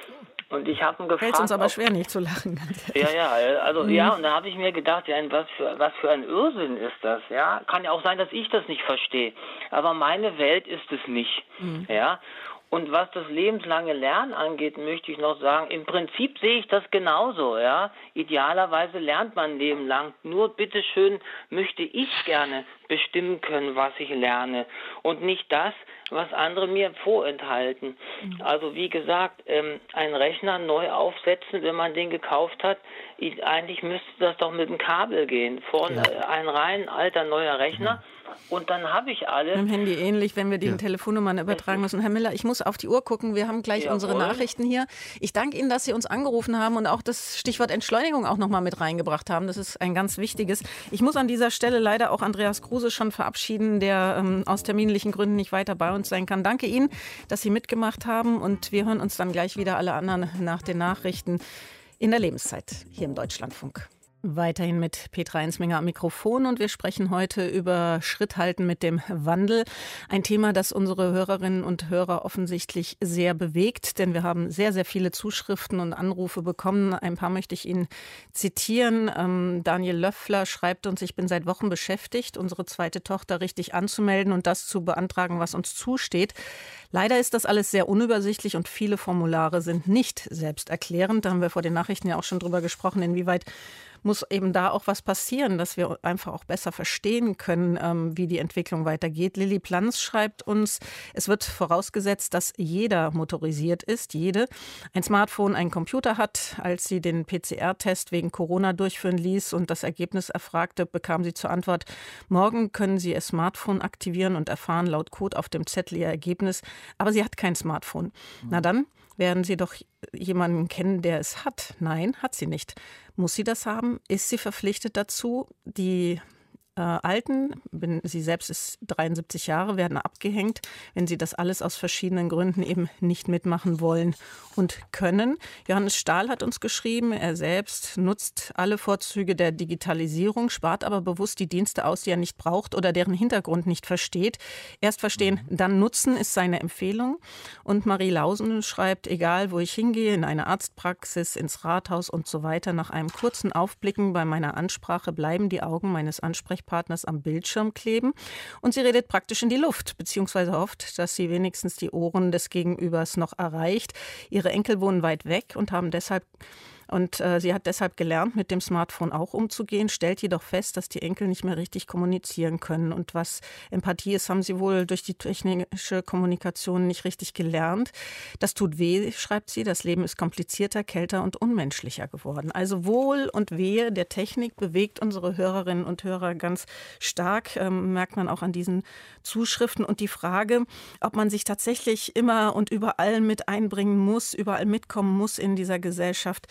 Und ich habe ihn gefragt, Fällt uns aber ob- schwer, nicht zu lachen. Ganz ehrlich. ja, ja, also Mhm. ja, und da habe ich mir gedacht, ja, was für was für ein Irrsinn ist das, ja? Kann ja auch sein, dass ich das nicht verstehe, aber meine Welt ist es nicht, ja? Und was das lebenslange Lernen angeht, möchte ich noch sagen, im Prinzip sehe ich das genauso, ja? Idealerweise lernt man ein Leben lang, nur bitteschön möchte ich gerne bestimmen können, was ich lerne und nicht das, was andere mir vorenthalten. Also wie gesagt, ähm, einen Rechner neu aufsetzen, wenn man den gekauft hat, ich, eigentlich müsste das doch mit dem Kabel gehen. Vorne äh, ein rein alter neuer Rechner und dann habe ich alles. Beim Handy ähnlich, wenn wir die Ja. Telefonnummern übertragen müssen. Herr Miller, ich muss auf die Uhr gucken. Wir haben gleich Jawohl. unsere Nachrichten hier. Ich danke Ihnen, dass Sie uns angerufen haben und auch das Stichwort Entschleunigung auch nochmal mit reingebracht haben. Das ist ein ganz wichtiges. Ich muss an dieser Stelle leider auch Andreas Kruse schon verabschieden, der ähm, aus terminlichen Gründen nicht weiter bei uns sein kann. Danke Ihnen, dass Sie mitgemacht haben und wir hören uns dann gleich wieder alle anderen nach den Nachrichten in der Lebenszeit hier im Deutschlandfunk. Weiterhin mit Petra Ensminger am Mikrofon und wir sprechen heute über Schritt halten mit dem Wandel. Ein Thema, das unsere Hörerinnen und Hörer offensichtlich sehr bewegt, denn wir haben sehr, sehr viele Zuschriften und Anrufe bekommen. Ein paar möchte ich Ihnen zitieren. Ähm, Daniel Löffler schreibt uns, ich bin seit Wochen beschäftigt, unsere zweite Tochter richtig anzumelden und das zu beantragen, was uns zusteht. Leider ist das alles sehr unübersichtlich und viele Formulare sind nicht selbsterklärend. Da haben wir vor den Nachrichten ja auch schon drüber gesprochen, inwieweit muss eben da auch was passieren, dass wir einfach auch besser verstehen können, ähm, wie die Entwicklung weitergeht. Lilly Planz schreibt uns, es wird vorausgesetzt, dass jeder motorisiert ist, jede, ein Smartphone, einen Computer hat. Als sie den P C R-Test wegen Corona durchführen ließ und das Ergebnis erfragte, bekam sie zur Antwort, morgen können Sie Ihr Smartphone aktivieren und erfahren laut Code auf dem Zettel Ihr Ergebnis, aber sie hat kein Smartphone. Mhm. Na dann werden Sie doch jemanden kennen, der es hat. Nein, hat sie nicht. Muss sie das haben? Ist sie verpflichtet dazu? Die äh, Alten, bin, sie selbst ist dreiundsiebzig Jahre, werden abgehängt, wenn sie das alles aus verschiedenen Gründen eben nicht mitmachen wollen und können. Johannes Stahl hat uns geschrieben, er selbst nutzt alle Vorzüge der Digitalisierung, spart aber bewusst die Dienste aus, die er nicht braucht oder deren Hintergrund nicht versteht. Erst verstehen, dann nutzen ist seine Empfehlung. Und Marie Lausen schreibt, egal wo ich hingehe, in eine Arztpraxis, ins Rathaus und so weiter, nach einem kurzen Aufblicken bei meiner Ansprache bleiben die Augen meines Ansprechpartners am Bildschirm kleben und sie redet praktisch in die Luft, beziehungsweise hofft, dass sie wenigstens die Ohren des Gegenübers noch erreicht. Ihre Enkel wohnen weit weg und haben deshalb Und äh, sie hat deshalb gelernt, mit dem Smartphone auch umzugehen, stellt jedoch fest, dass die Enkel nicht mehr richtig kommunizieren können. Und was Empathie ist, haben sie wohl durch die technische Kommunikation nicht richtig gelernt. Das tut weh, schreibt sie. Das Leben ist komplizierter, kälter und unmenschlicher geworden. Also Wohl und Wehe der Technik bewegt unsere Hörerinnen und Hörer ganz stark, ähm, merkt man auch an diesen Zuschriften. Und die Frage, ob man sich tatsächlich immer und überall mit einbringen muss, überall mitkommen muss in dieser Gesellschaft.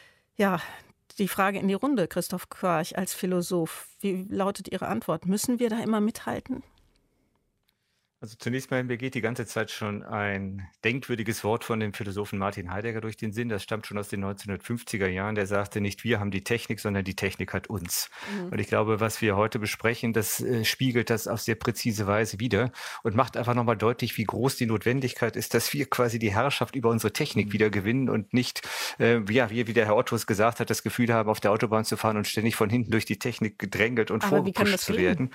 Ja, die Frage in die Runde, Christoph Quarch als Philosoph. Wie lautet Ihre Antwort? Müssen wir da immer mithalten? Also zunächst mal, mir geht die ganze Zeit schon ein denkwürdiges Wort von dem Philosophen Martin Heidegger durch den Sinn. Das stammt schon aus den neunzehnhundertfünfziger Jahren. Der sagte, nicht wir haben die Technik, sondern die Technik hat uns. Mhm. Und ich glaube, was wir heute besprechen, das äh, spiegelt das auf sehr präzise Weise wider und macht einfach nochmal deutlich, wie groß die Notwendigkeit ist, dass wir quasi die Herrschaft über unsere Technik mhm. wieder gewinnen und nicht, äh, ja, wie, wie der Herr Otto es gesagt hat, das Gefühl haben, auf der Autobahn zu fahren und ständig von hinten durch die Technik gedrängelt und Aber vorgepusht zu werden.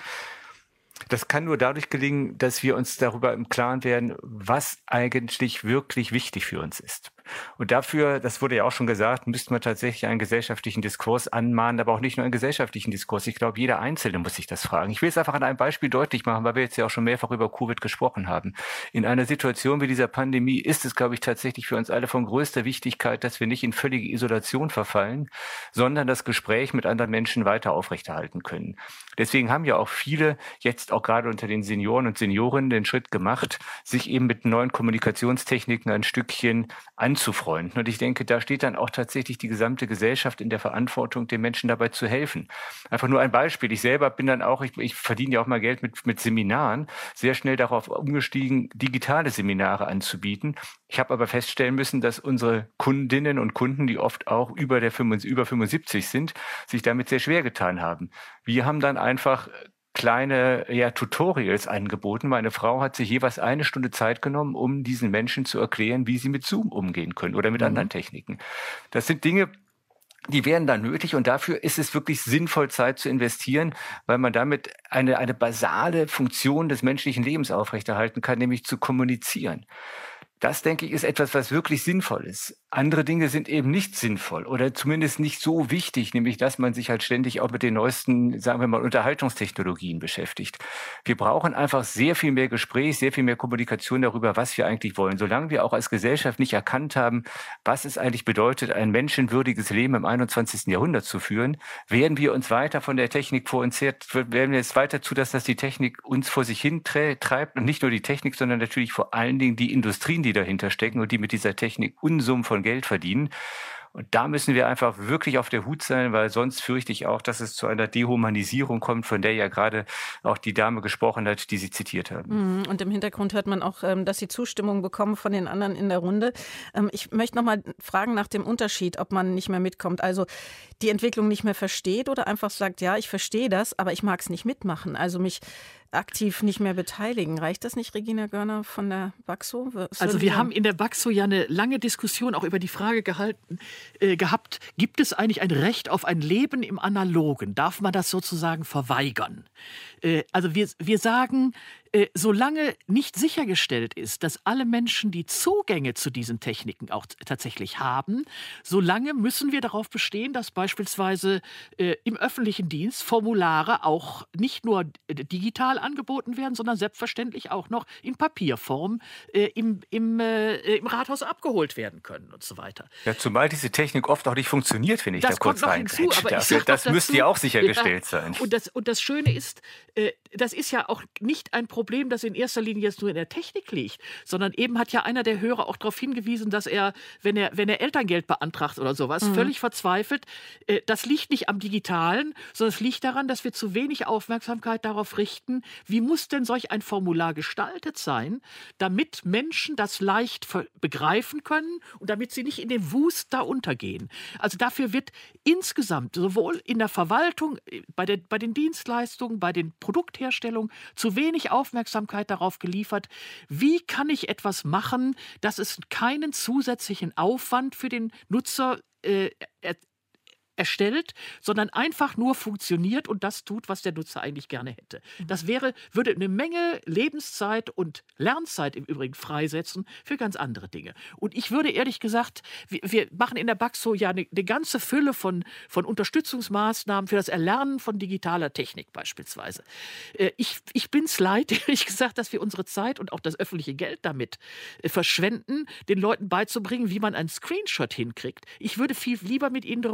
Das kann nur dadurch gelingen, dass wir uns darüber im Klaren werden, was eigentlich wirklich wichtig für uns ist. Und dafür, das wurde ja auch schon gesagt, müsste man tatsächlich einen gesellschaftlichen Diskurs anmahnen, aber auch nicht nur einen gesellschaftlichen Diskurs. Ich glaube, jeder Einzelne muss sich das fragen. Ich will es einfach an einem Beispiel deutlich machen, weil wir jetzt ja auch schon mehrfach über Covid gesprochen haben. In einer Situation wie dieser Pandemie ist es, glaube ich, tatsächlich für uns alle von größter Wichtigkeit, dass wir nicht in völlige Isolation verfallen, sondern das Gespräch mit anderen Menschen weiter aufrechterhalten können. Deswegen haben ja auch viele jetzt auch gerade unter den Senioren und Seniorinnen den Schritt gemacht, sich eben mit neuen Kommunikationstechniken ein Stückchen anzufreunden. Und ich denke, da steht dann auch tatsächlich die gesamte Gesellschaft in der Verantwortung, den Menschen dabei zu helfen. Einfach nur ein Beispiel. Ich selber bin dann auch, ich, ich verdiene ja auch mal Geld mit, mit Seminaren, sehr schnell darauf umgestiegen, digitale Seminare anzubieten. Ich habe aber feststellen müssen, dass unsere Kundinnen und Kunden, die oft auch über der über fünfundsiebzig sind, sich damit sehr schwer getan haben. Wir haben dann einfach kleine ja, Tutorials angeboten. Meine Frau hat sich jeweils eine Stunde Zeit genommen, um diesen Menschen zu erklären, wie sie mit Zoom umgehen können oder mit mhm. anderen Techniken. Das sind Dinge, die wären dann nötig und dafür ist es wirklich sinnvoll, Zeit zu investieren, weil man damit eine, eine basale Funktion des menschlichen Lebens aufrechterhalten kann, nämlich zu kommunizieren. Das, denke ich, ist etwas, was wirklich sinnvoll ist. Andere Dinge sind eben nicht sinnvoll oder zumindest nicht so wichtig, nämlich dass man sich halt ständig auch mit den neuesten, sagen wir mal, Unterhaltungstechnologien beschäftigt. Wir brauchen einfach sehr viel mehr Gespräch, sehr viel mehr Kommunikation darüber, was wir eigentlich wollen. Solange wir auch als Gesellschaft nicht erkannt haben, was es eigentlich bedeutet, ein menschenwürdiges Leben im einundzwanzigsten Jahrhundert zu führen, werden wir uns weiter von der Technik vor uns her, werden wir jetzt weiter zu, dass das die Technik uns vor sich hin treibt und nicht nur die Technik, sondern natürlich vor allen Dingen die Industrien, die dahinter stecken und die mit dieser Technik Unsummen von Geld verdienen. Und da müssen wir einfach wirklich auf der Hut sein, weil sonst fürchte ich auch, dass es zu einer Dehumanisierung kommt, von der ja gerade auch die Dame gesprochen hat, die Sie zitiert haben. Und im Hintergrund hört man auch, dass Sie Zustimmung bekommen von den anderen in der Runde. Ich möchte noch mal fragen nach dem Unterschied, ob man nicht mehr mitkommt. Also die Entwicklung nicht mehr versteht oder einfach sagt, ja, ich verstehe das, aber ich mag es nicht mitmachen. Also mich aktiv nicht mehr beteiligen. Reicht das nicht, Regina Görner von der Baxo? Also wir haben in der Baxo ja eine lange Diskussion auch über die Frage gehalten, äh, gehabt, gibt es eigentlich ein Recht auf ein Leben im Analogen? Darf man das sozusagen verweigern? Äh, also wir, wir sagen, äh, solange nicht sichergestellt ist, dass alle Menschen die Zugänge zu diesen Techniken auch t- tatsächlich haben, solange müssen wir darauf bestehen, dass beispielsweise äh, im öffentlichen Dienst Formulare auch nicht nur äh, digital angeboten werden, sondern selbstverständlich auch noch in Papierform äh, im, im, äh, im Rathaus abgeholt werden können und so weiter. Ja, zumal diese Technik oft auch nicht funktioniert, wenn ich das da kurz reingrätsche. Das, das müsste ja auch sichergestellt ja. sein. Und das, und das Schöne ist, äh, das ist ja auch nicht ein Problem, das in erster Linie jetzt nur in der Technik liegt, sondern eben hat ja einer der Hörer auch darauf hingewiesen, dass er, wenn er, wenn er Elterngeld beantragt oder sowas, mhm. völlig verzweifelt, äh, das liegt nicht am Digitalen, sondern es liegt daran, dass wir zu wenig Aufmerksamkeit darauf richten, wie muss denn solch ein Formular gestaltet sein, damit Menschen das leicht begreifen können und damit sie nicht in den Wust da untergehen. Also dafür wird insgesamt sowohl in der Verwaltung, bei, der, bei den Dienstleistungen, bei den Produktherstellungen zu wenig Aufmerksamkeit darauf geliefert, wie kann ich etwas machen, dass es keinen zusätzlichen Aufwand für den Nutzer äh, er, erstellt, sondern einfach nur funktioniert und das tut, was der Nutzer eigentlich gerne hätte. Das wäre, würde eine Menge Lebenszeit und Lernzeit im Übrigen freisetzen für ganz andere Dinge. Und ich würde ehrlich gesagt, wir, wir machen in der Baxo ja eine, eine ganze Fülle von, von Unterstützungsmaßnahmen für das Erlernen von digitaler Technik beispielsweise. Ich, ich bin es leid, ehrlich gesagt, dass wir unsere Zeit und auch das öffentliche Geld damit verschwenden, den Leuten beizubringen, wie man einen Screenshot hinkriegt. Ich würde viel lieber mit ihnen darüber reden,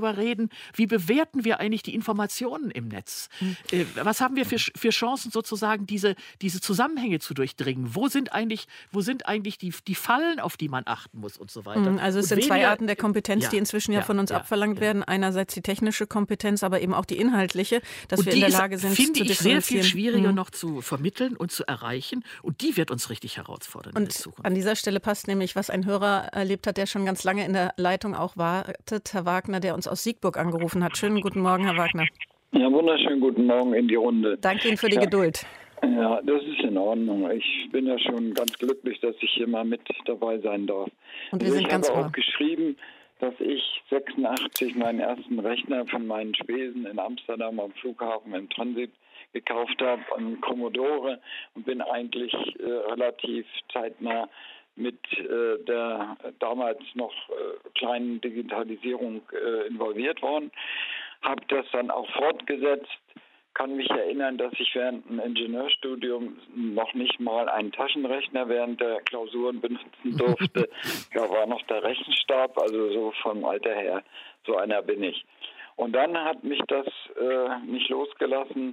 wie bewerten wir eigentlich die Informationen im Netz? Mhm. Äh, was haben wir für, für Chancen sozusagen, diese, diese Zusammenhänge zu durchdringen? Wo sind eigentlich, wo sind eigentlich die, die Fallen, auf die man achten muss und so weiter? Also es sind zwei Arten der Kompetenz, ja, die inzwischen ja, ja von uns ja, abverlangt ja. werden. Einerseits die technische Kompetenz, aber eben auch die inhaltliche, dass und wir in der Lage sind, finde zu ich sehr viel schwieriger mhm. noch zu vermitteln und zu erreichen. Und die wird uns richtig herausfordern und in der Zukunft. An dieser Stelle passt nämlich, was ein Hörer erlebt hat, der schon ganz lange in der Leitung auch wartet, Herr Wagner, der uns aus Siegburg angerufen hat. Schönen guten Morgen, Herr Wagner. Ja, wunderschönen guten Morgen in die Runde. Danke Ihnen für die ja. Geduld. Ja, das ist in Ordnung. Ich bin ja schon ganz glücklich, dass ich hier mal mit dabei sein darf. Und wir also sind ich ganz habe ohr. auch geschrieben, dass ich sechsundachtzig meinen ersten Rechner von meinen Spesen in Amsterdam am Flughafen im Transit gekauft habe, einen Commodore, und bin eigentlich äh, relativ zeitnah mit äh, der damals noch äh, kleinen Digitalisierung äh, involviert worden. Habe das dann auch fortgesetzt. Kann mich erinnern, dass ich während dem Ingenieurstudium noch nicht mal einen Taschenrechner während der Klausuren benutzen durfte. Da war noch der Rechenstab, also so vom Alter her, so einer bin ich. Und dann hat mich das äh, nicht losgelassen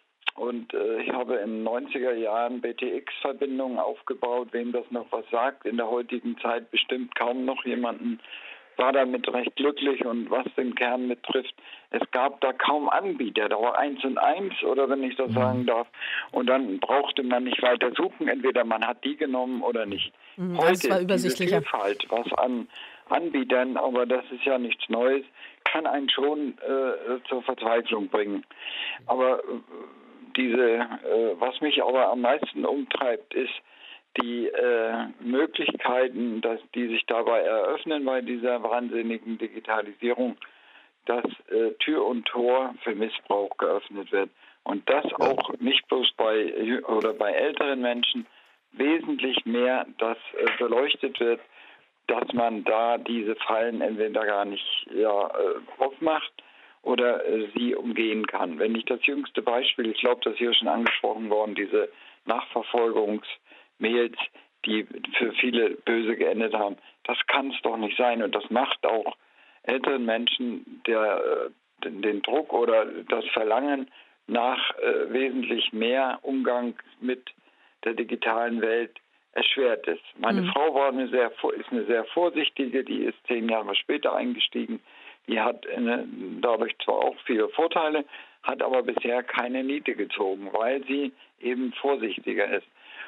und äh, ich habe in den neunziger Jahren B T X-Verbindungen aufgebaut, wem das noch was sagt. In der heutigen Zeit bestimmt kaum noch jemanden. War damit recht glücklich, und was den Kern betrifft, es gab da kaum Anbieter. Da war eins und eins, oder wenn ich das sagen darf. Und dann brauchte man nicht weiter suchen. Entweder man hat die genommen oder nicht. Mhm, Heute das war übersichtlicher. Diese Vielfalt, was an Anbietern, aber das ist ja nichts Neues, kann einen schon äh, zur Verzweiflung bringen. Aber äh, diese, äh, was mich aber am meisten umtreibt, ist, die äh, Möglichkeiten, dass die sich dabei eröffnen bei dieser wahnsinnigen Digitalisierung, dass äh, Tür und Tor für Missbrauch geöffnet wird. Und das auch nicht bloß bei oder bei älteren Menschen, wesentlich mehr, dass äh, beleuchtet wird, dass man da diese Fallen entweder gar nicht ja, äh, aufmacht oder äh, sie umgehen kann. Wenn ich das jüngste Beispiel, ich glaube, das ist hier schon angesprochen worden, diese Nachverfolgungs- Mails, die für viele böse geendet haben. Das kann es doch nicht sein. Und das macht auch älteren Menschen der, den, den Druck oder das Verlangen nach äh, wesentlich mehr Umgang mit der digitalen Welt erschwert es. Meine mhm. Frau war eine sehr, ist eine sehr vorsichtige, die ist zehn Jahre später eingestiegen. Die hat eine, dadurch zwar auch viele Vorteile, hat aber bisher keine Niete gezogen, weil sie eben vorsichtiger ist.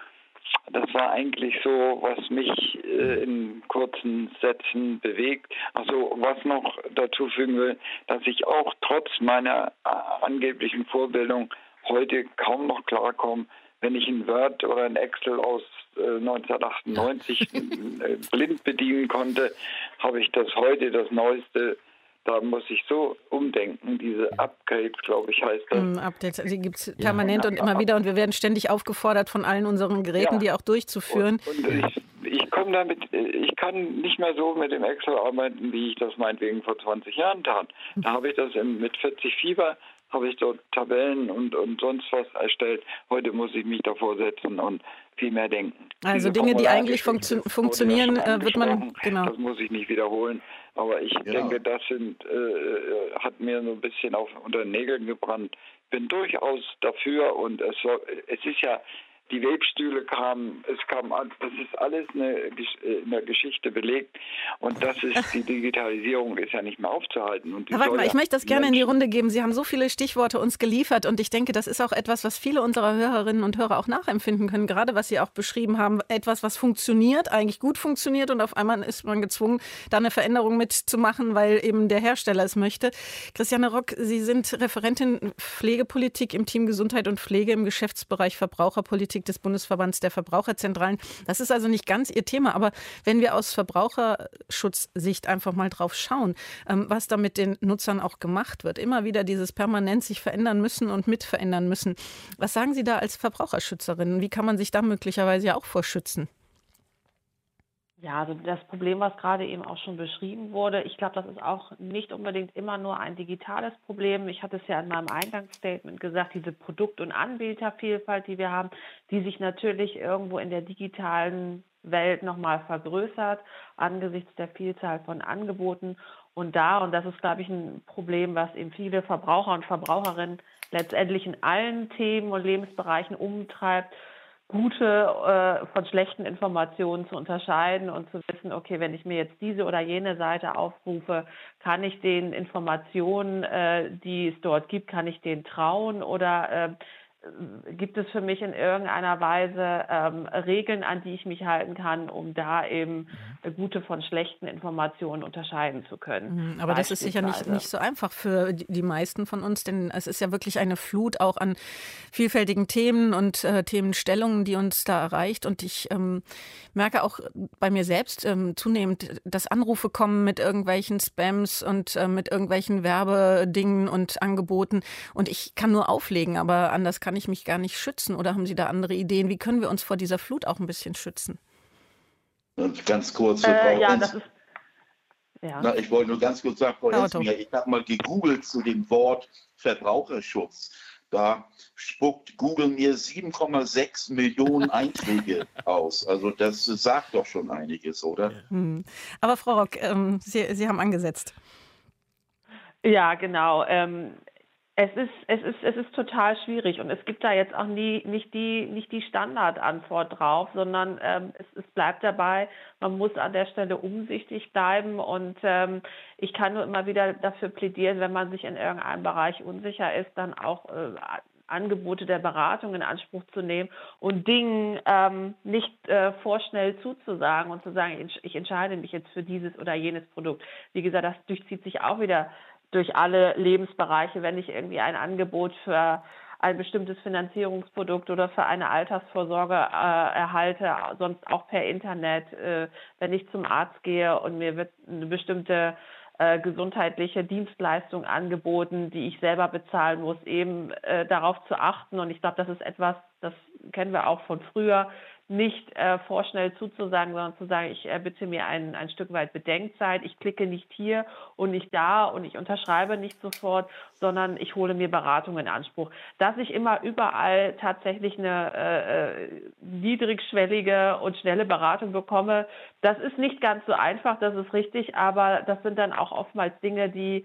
Das war eigentlich so, was mich äh, in kurzen Sätzen bewegt. Also was noch dazu fügen will, dass ich auch trotz meiner äh, angeblichen Vorbildung heute kaum noch klarkomme, wenn ich ein Word oder ein Excel aus äh, neunzehnhundertachtundneunzig äh, blind bedienen konnte, habe ich das heute, das Neueste. Da muss ich so umdenken, diese Upgrades, glaube ich, heißt das. Mm, Updates, die gibt es permanent ja. und immer wieder, und wir werden ständig aufgefordert, von allen unseren Geräten, ja. die auch durchzuführen. Und, und ich, ich komme damit, ich kann nicht mehr so mit dem Excel arbeiten, wie ich das meinetwegen vor zwanzig Jahren tat. Da habe ich das im, mit vierzig Fieber, habe ich dort Tabellen und, und sonst was erstellt. Heute muss ich mich davor setzen und viel mehr denken. Also Diese Dinge, die eigentlich funktio funktionieren, ja wird man, genau. Das muss ich nicht wiederholen. Aber ich ja. denke, das sind, äh, hat mir so ein bisschen auf, unter den Nägeln gebrannt. Bin durchaus dafür, und es, soll, es ist ja, die Webstühle kamen, es kam, das ist alles eine, in der Geschichte belegt, und das ist, die Digitalisierung ist ja nicht mehr aufzuhalten. Und Herr Wagner, ich möchte das gerne in die Runde geben. Sie haben so viele Stichworte uns geliefert, und ich denke, das ist auch etwas, was viele unserer Hörerinnen und Hörer auch nachempfinden können, gerade was Sie auch beschrieben haben, etwas, was funktioniert, eigentlich gut funktioniert, und auf einmal ist man gezwungen, da eine Veränderung mitzumachen, weil eben der Hersteller es möchte. Christiane Rock, Sie sind Referentin Pflegepolitik im Team Gesundheit und Pflege im Geschäftsbereich Verbraucherpolitik des Bundesverbands der Verbraucherzentralen. Das ist also nicht ganz Ihr Thema, aber wenn wir aus Verbraucherschutzsicht einfach mal drauf schauen, was da mit den Nutzern auch gemacht wird, immer wieder dieses permanent sich verändern müssen und mitverändern müssen. Was sagen Sie da als Verbraucherschützerin? Wie kann man sich da möglicherweise ja auch vorschützen? Ja, also das Problem, was gerade eben auch schon beschrieben wurde, ich glaube, das ist auch nicht unbedingt immer nur ein digitales Problem. Ich hatte es ja in meinem Eingangsstatement gesagt, diese Produkt- und Anbietervielfalt, die wir haben, die sich natürlich irgendwo in der digitalen Welt nochmal vergrößert angesichts der Vielzahl von Angeboten. Und da, und das ist, glaube ich, ein Problem, was eben viele Verbraucher und Verbraucherinnen letztendlich in allen Themen und Lebensbereichen umtreibt, gute äh, von schlechten Informationen zu unterscheiden und zu wissen, okay, wenn ich mir jetzt diese oder jene Seite aufrufe, kann ich den Informationen, äh, die es dort gibt, kann ich denen trauen oder äh, gibt es für mich in irgendeiner Weise ähm, Regeln, an die ich mich halten kann, um da eben äh, gute von schlechten Informationen unterscheiden zu können. Aber das ist sicher nicht, nicht so einfach für die die meisten von uns, denn es ist ja wirklich eine Flut auch an vielfältigen Themen und äh, Themenstellungen, die uns da erreicht. Und ich ähm, merke auch bei mir selbst ähm, zunehmend, dass Anrufe kommen mit irgendwelchen Spams und äh, mit irgendwelchen Werbedingen und Angeboten. Und ich kann nur auflegen, aber anders kann ich mich gar nicht schützen. Oder haben Sie da andere Ideen? Wie können wir uns vor dieser Flut auch ein bisschen schützen? Und ganz kurz, Äh, ja, Ins- das ist, ja. Na, ich wollte nur ganz kurz sagen, Frau Herr Otto. Hensminger, ich habe mal gegoogelt zu dem Wort Verbraucherschutz. Da spuckt Google mir sieben Komma sechs Millionen Einträge aus. Also das sagt doch schon einiges, oder? Hm. Aber Frau Rock, ähm, Sie, Sie haben angesetzt. Ja, genau. Ähm, es ist, es ist, es ist total schwierig und es gibt da jetzt auch nie, nicht die, nicht die Standardantwort drauf, sondern ähm, es, es bleibt dabei, man muss an der Stelle umsichtig bleiben und ähm, ich kann nur immer wieder dafür plädieren, wenn man sich in irgendeinem Bereich unsicher ist, dann auch äh, Angebote der Beratung in Anspruch zu nehmen und Dingen ähm, nicht äh, vorschnell zuzusagen und zu sagen, ich, ich entscheide mich jetzt für dieses oder jenes Produkt. Wie gesagt, das durchzieht sich auch wieder durch alle Lebensbereiche, wenn ich irgendwie ein Angebot für ein bestimmtes Finanzierungsprodukt oder für eine Altersvorsorge äh, erhalte, sonst auch per Internet, äh, wenn ich zum Arzt gehe und mir wird eine bestimmte äh, gesundheitliche Dienstleistung angeboten, die ich selber bezahlen muss, eben äh, darauf zu achten. Und ich glaube, das ist etwas, das kennen wir auch von früher, nicht äh, vorschnell zuzusagen, sondern zu sagen, ich äh, bitte mir ein, ein Stück weit Bedenkzeit, ich klicke nicht hier und nicht da und ich unterschreibe nicht sofort, sondern ich hole mir Beratung in Anspruch. Dass ich immer überall tatsächlich eine äh, niedrigschwellige und schnelle Beratung bekomme, das ist nicht ganz so einfach, das ist richtig, aber das sind dann auch oftmals Dinge, die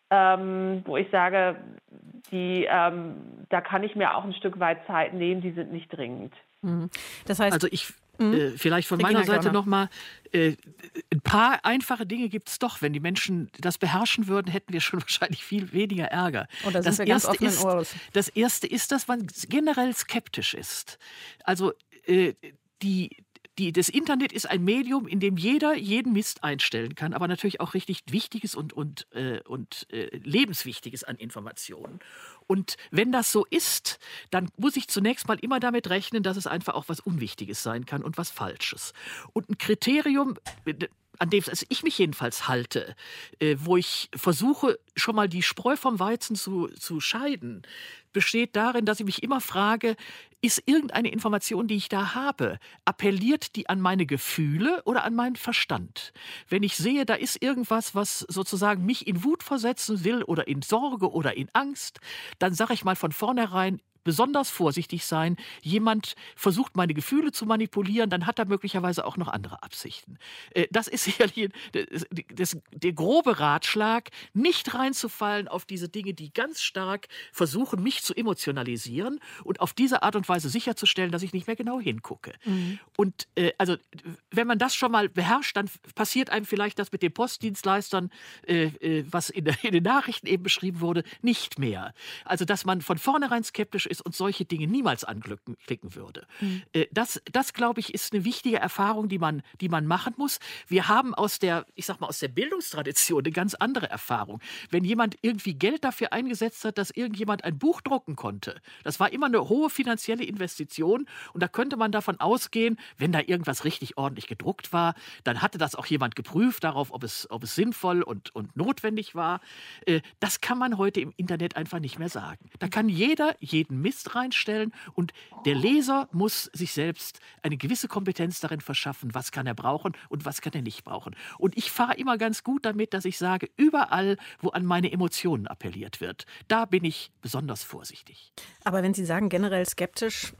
Ähm, wo ich sage, die, ähm, da kann ich mir auch ein Stück weit Zeit nehmen, die sind nicht dringend. Mhm. Das heißt, Also ich Mhm. äh, vielleicht von Regina meiner Seite Körner. nochmal, äh, ein paar einfache Dinge gibt es doch. Wenn die Menschen das beherrschen würden, hätten wir schon wahrscheinlich viel weniger Ärger. Oh, da sind das, wir ganz erste offenen ist, Ohres. das Erste ist, dass man generell skeptisch ist. Also äh, die Die, das Internet ist ein Medium, in dem jeder jeden Mist einstellen kann, aber natürlich auch richtig Wichtiges und, und, äh, und äh, Lebenswichtiges an Informationen. Und wenn das so ist, dann muss ich zunächst mal immer damit rechnen, dass es einfach auch was Unwichtiges sein kann und was Falsches. Und ein Kriterium, an dem ich mich jedenfalls halte, äh, wo ich versuche, schon mal die Spreu vom Weizen zu, zu scheiden, besteht darin, dass ich mich immer frage, ist irgendeine Information, die ich da habe, appelliert die an meine Gefühle oder an meinen Verstand? Wenn ich sehe, da ist irgendwas, was sozusagen mich in Wut versetzen will oder in Sorge oder in Angst, dann sage ich mal von vornherein, besonders vorsichtig sein. Jemand versucht, meine Gefühle zu manipulieren, dann hat er möglicherweise auch noch andere Absichten. Äh, Das ist sicherlich das, das, der grobe Ratschlag, nicht reinzufallen auf diese Dinge, die ganz stark versuchen, mich zu emotionalisieren und auf diese Art und Weise sicherzustellen, dass ich nicht mehr genau hingucke. Mhm. Und äh, also, wenn man das schon mal beherrscht, dann passiert einem vielleicht das mit den Postdienstleistern, äh, äh, was in, der, in den Nachrichten eben beschrieben wurde, nicht mehr. Also, dass man von vornherein skeptisch ist und solche Dinge niemals anklicken würde. Mhm. Das, das, glaube ich, ist eine wichtige Erfahrung, die man, die man machen muss. Wir haben aus der, ich sag mal, aus der Bildungstradition eine ganz andere Erfahrung. Wenn jemand irgendwie Geld dafür eingesetzt hat, dass irgendjemand ein Buch drucken konnte, das war immer eine hohe finanzielle Investition und da könnte man davon ausgehen, wenn da irgendwas richtig ordentlich gedruckt war, dann hatte das auch jemand geprüft darauf, ob es, ob es sinnvoll und, und notwendig war. Das kann man heute im Internet einfach nicht mehr sagen. Da kann jeder jeden Mist reinstellen und der Leser muss sich selbst eine gewisse Kompetenz darin verschaffen, was kann er brauchen und was kann er nicht brauchen. Und ich fahre immer ganz gut damit, dass ich sage, überall, wo an meine Emotionen appelliert wird, da bin ich besonders vorsichtig. Aber wenn Sie sagen generell skeptisch,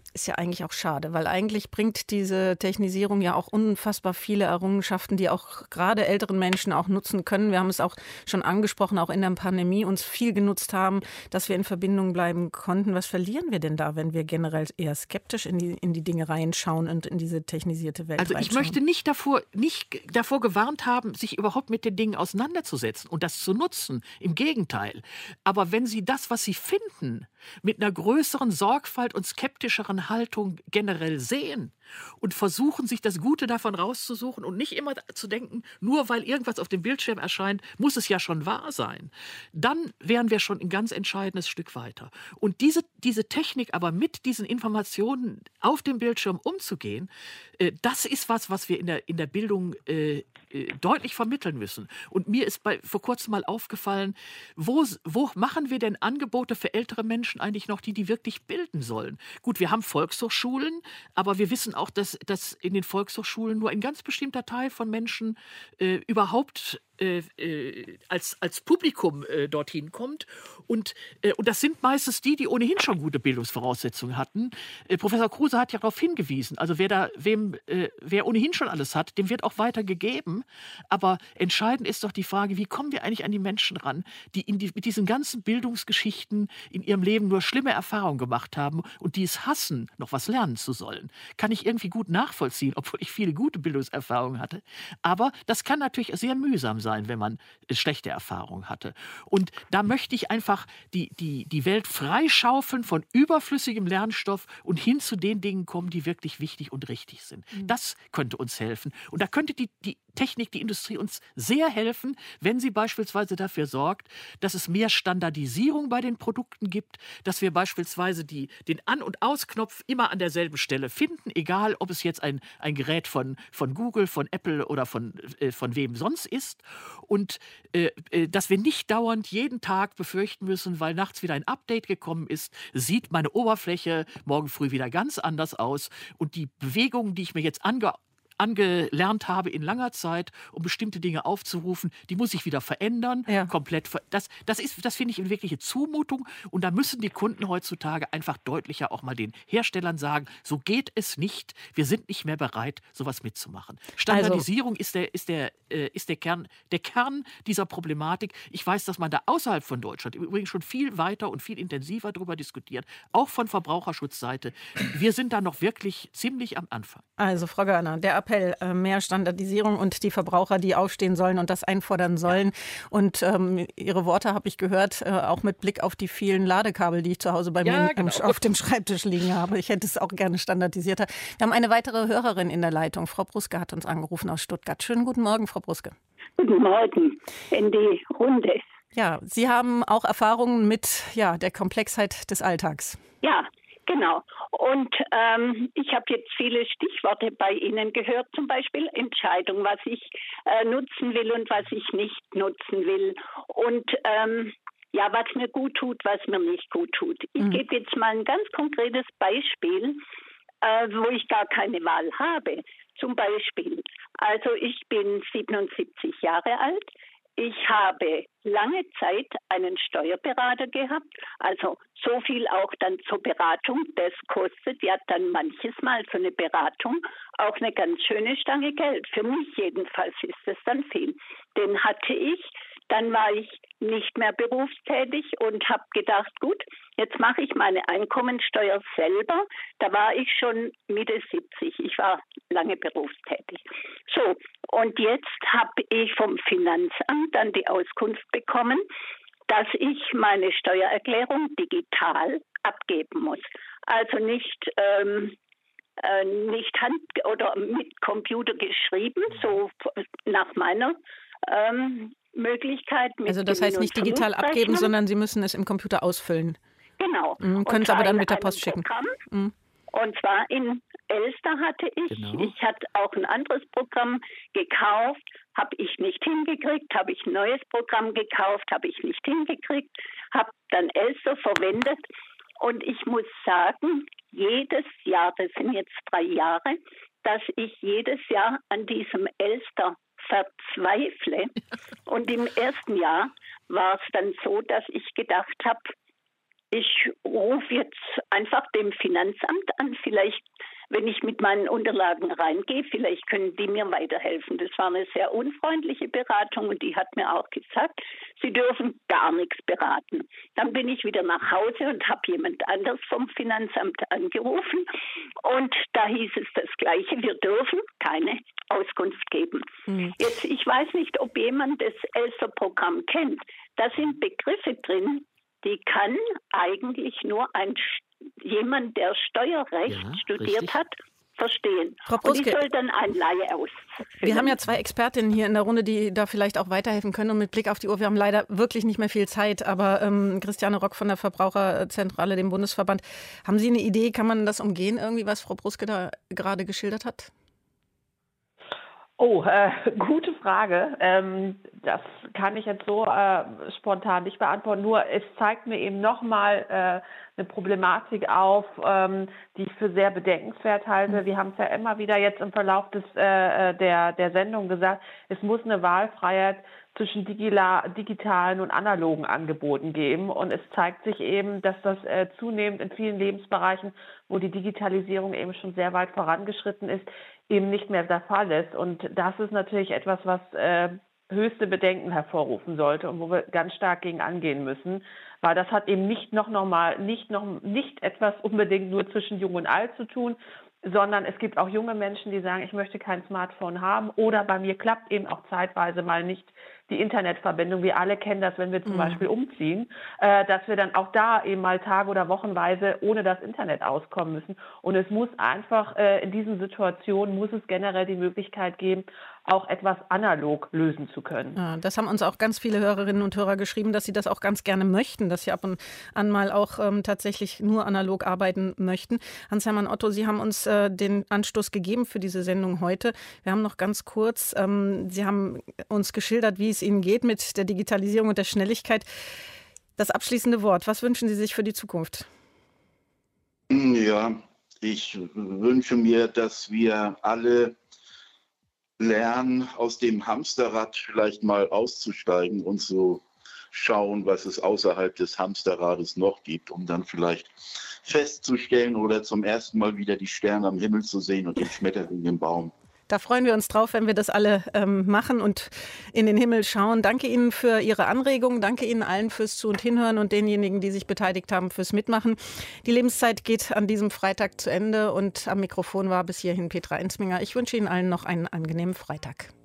Ist ja eigentlich auch schade, weil eigentlich bringt diese Technisierung ja auch unfassbar viele Errungenschaften, die auch gerade älteren Menschen auch nutzen können. Wir haben es auch schon angesprochen, auch in der Pandemie uns viel genutzt haben, dass wir in Verbindung bleiben konnten. Was verlieren wir denn da, wenn wir generell eher skeptisch in die, in die Dinge reinschauen und in diese technisierte Welt Also ich reinschauen? möchte nicht davor, nicht davor gewarnt haben, sich überhaupt mit den Dingen auseinanderzusetzen und das zu nutzen. Im Gegenteil. Aber wenn Sie das, was Sie finden, mit einer größeren Sorgfalt und skeptischeren Haltung generell sehen und versuchen, sich das Gute davon rauszusuchen und nicht immer zu denken, nur weil irgendwas auf dem Bildschirm erscheint, muss es ja schon wahr sein, dann wären wir schon ein ganz entscheidendes Stück weiter. Und diese, diese Technik aber mit diesen Informationen auf dem Bildschirm umzugehen, äh, das ist was, was wir in der, in der Bildung äh, äh, deutlich vermitteln müssen. Und mir ist bei, vor kurzem mal aufgefallen, wo, wo machen wir denn Angebote für ältere Menschen eigentlich noch, die die wirklich bilden sollen? Gut, wir haben Volkshochschulen, aber wir wissen auch, dass, dass in den Volkshochschulen nur ein ganz bestimmter Teil von Menschen äh, überhaupt äh, äh, als, als Publikum äh, dorthin kommt. Und, äh, und das sind meistens die, die ohnehin schon gute Bildungsvoraussetzungen hatten. Äh, Professor Kruse hat ja darauf hingewiesen, also wer, da, wem, äh, wer ohnehin schon alles hat, dem wird auch weiter gegeben. Aber entscheidend ist doch die Frage, wie kommen wir eigentlich an die Menschen ran, die, in die mit diesen ganzen Bildungsgeschichten in ihrem Leben nur schlimme Erfahrungen gemacht haben und die es hassen, noch was lernen zu sollen. Kann ich irgendwie gut nachvollziehen, obwohl ich viele gute Bildungserfahrungen hatte. Aber das kann natürlich sehr mühsam sein, wenn man schlechte Erfahrungen hatte. Und da möchte ich einfach die, die, die Welt freischaufeln von überflüssigem Lernstoff und hin zu den Dingen kommen, die wirklich wichtig und richtig sind. Mhm. Das könnte uns helfen. Und da könnte die, die Technik, die Industrie uns sehr helfen, wenn sie beispielsweise dafür sorgt, dass es mehr Standardisierung bei den Produkten gibt, dass wir beispielsweise die, den An- und Ausknopf immer an derselben Stelle finden, egal ob es jetzt ein, ein Gerät von, von Google, von Apple oder von, äh, von wem sonst ist. Und äh, äh, dass wir nicht dauernd jeden Tag befürchten müssen, weil nachts wieder ein Update gekommen ist, sieht meine Oberfläche morgen früh wieder ganz anders aus und die Bewegungen, die ich mir jetzt ange angelernt habe in langer Zeit, um bestimmte Dinge aufzurufen, die muss ich wieder verändern, ja. komplett. Ver das, das ist, das finde ich eine wirkliche Zumutung und da müssen die Kunden heutzutage einfach deutlicher auch mal den Herstellern sagen, so geht es nicht, wir sind nicht mehr bereit, sowas mitzumachen. Standardisierung also, ist, der, ist, der, äh, ist der, Kern, der Kern dieser Problematik. Ich weiß, dass man da außerhalb von Deutschland im Übrigen schon viel weiter und viel intensiver darüber diskutiert, auch von Verbraucherschutzseite. Wir sind da noch wirklich ziemlich am Anfang. Also Frau Görner, der Appell, mehr Standardisierung und die Verbraucher, die aufstehen sollen und das einfordern sollen. Und ähm, Ihre Worte habe ich gehört, äh, auch mit Blick auf die vielen Ladekabel, die ich zu Hause bei ja, mir genau. auf dem Schreibtisch liegen habe. Ich hätte es auch gerne standardisierter. Wir haben eine weitere Hörerin in der Leitung. Frau Bruske hat uns angerufen aus Stuttgart. Schönen guten Morgen, Frau Bruske. Guten Morgen in die Runde. Ja, Sie haben auch Erfahrungen mit ja, der Komplexheit des Alltags. Ja, genau. Und ähm, ich habe jetzt viele Stichworte bei Ihnen gehört, zum Beispiel Entscheidung, was ich äh, nutzen will und was ich nicht nutzen will. Und ähm, ja, was mir gut tut, was mir nicht gut tut. Ich mhm. gebe jetzt mal ein ganz konkretes Beispiel, äh, wo ich gar keine Wahl habe. Zum Beispiel, also ich bin siebenundsiebzig Jahre alt. Ich habe lange Zeit einen Steuerberater gehabt, also so viel auch dann zur Beratung. Das kostet ja dann manches Mal so eine Beratung auch eine ganz schöne Stange Geld. Für mich jedenfalls ist das dann viel. Den hatte ich, dann war ich nicht mehr berufstätig und habe gedacht, gut, jetzt mache ich meine Einkommensteuer selber. Da war ich schon Mitte siebzig. Ich war lange berufstätig. So, und jetzt habe ich vom Finanzamt dann die Auskunft bekommen, dass ich meine Steuererklärung digital abgeben muss. Also nicht, ähm, äh, nicht hand- oder mit Computer geschrieben, so nach meiner ähm, Möglichkeit. Mit also das heißt nicht digital abgeben, sondern Sie müssen es im Computer ausfüllen. Genau. Mhm, können es aber dann mit der Post schicken. Mhm. Und zwar in Elster hatte ich. Genau. Ich hatte auch ein anderes Programm gekauft, habe ich nicht hingekriegt, habe ich ein neues Programm gekauft, habe ich nicht hingekriegt, habe dann Elster verwendet. Und ich muss sagen, jedes Jahr, das sind jetzt drei Jahre, dass ich jedes Jahr an diesem Elster verzweifle. Und im ersten Jahr war es dann so, dass ich gedacht habe, ich rufe jetzt einfach dem Finanzamt an, vielleicht, wenn ich mit meinen Unterlagen reingehe, vielleicht können die mir weiterhelfen. Das war eine sehr unfreundliche Beratung und die hat mir auch gesagt, sie dürfen gar nichts beraten. Dann bin ich wieder nach Hause und habe jemand anders vom Finanzamt angerufen und da hieß es das Gleiche, wir dürfen keine Auskunft geben. Mhm. Jetzt, ich weiß nicht, ob jemand das ELSA-Programm kennt. Da sind Begriffe drin, die kann eigentlich nur ein jemand, der Steuerrecht ja, studiert richtig. hat, verstehen. Frau Pruske, und die soll dann ein Laie ausfüllen. Wir haben ja zwei Expertinnen hier in der Runde, die da vielleicht auch weiterhelfen können. Und mit Blick auf die Uhr, wir haben leider wirklich nicht mehr viel Zeit. Aber ähm, Christiane Rock von der Verbraucherzentrale, dem Bundesverband, haben Sie eine Idee, kann man das umgehen, irgendwie, was Frau Pruske da gerade geschildert hat? Oh, äh, gute Frage. Ähm, das kann ich jetzt so äh, spontan nicht beantworten. Nur es zeigt mir eben nochmal äh, eine Problematik auf, ähm, die ich für sehr bedenkenswert halte. Wir haben es ja immer wieder jetzt im Verlauf des, äh, der, der Sendung gesagt, es muss eine Wahlfreiheit zwischen digitalen und analogen Angeboten geben. Und es zeigt sich eben, dass das äh, zunehmend in vielen Lebensbereichen, wo die Digitalisierung eben schon sehr weit vorangeschritten ist, eben nicht mehr der Fall ist. Und das ist natürlich etwas, was äh, höchste Bedenken hervorrufen sollte und wo wir ganz stark gegen angehen müssen, weil das hat eben nicht noch normal, nicht noch nicht etwas unbedingt nur zwischen Jung und Alt zu tun, sondern es gibt auch junge Menschen, die sagen, ich möchte kein Smartphone haben oder bei mir klappt eben auch zeitweise mal nicht die Internetverbindung. Wir alle kennen das, wenn wir zum mhm. Beispiel umziehen, äh, dass wir dann auch da eben mal Tage- oder Wochenweise ohne das Internet auskommen müssen. Und es muss einfach äh, in diesen Situationen, muss es generell die Möglichkeit geben, auch etwas analog lösen zu können. Ja, das haben uns auch ganz viele Hörerinnen und Hörer geschrieben, dass sie das auch ganz gerne möchten, dass sie ab und an mal auch ähm, tatsächlich nur analog arbeiten möchten. Hans-Hermann Otto, Sie haben uns äh, den Anstoß gegeben für diese Sendung heute. Wir haben noch ganz kurz, ähm, Sie haben uns geschildert, wie es Ihnen geht mit der Digitalisierung und der Schnelligkeit. Das abschließende Wort, was wünschen Sie sich für die Zukunft? Ja, ich wünsche mir, dass wir alle lernen, aus dem Hamsterrad vielleicht mal auszusteigen und so schauen, was es außerhalb des Hamsterrades noch gibt, um dann vielleicht festzustellen oder zum ersten Mal wieder die Sterne am Himmel zu sehen und den Schmetterling im Baum. Da freuen wir uns drauf, wenn wir das alle ähm, machen und in den Himmel schauen. Danke Ihnen für Ihre Anregungen. Danke Ihnen allen fürs Zu- und Hinhören und denjenigen, die sich beteiligt haben, fürs Mitmachen. Die Lebenszeit geht an diesem Freitag zu Ende und am Mikrofon war bis hierhin Petra Ensminger. Ich wünsche Ihnen allen noch einen angenehmen Freitag.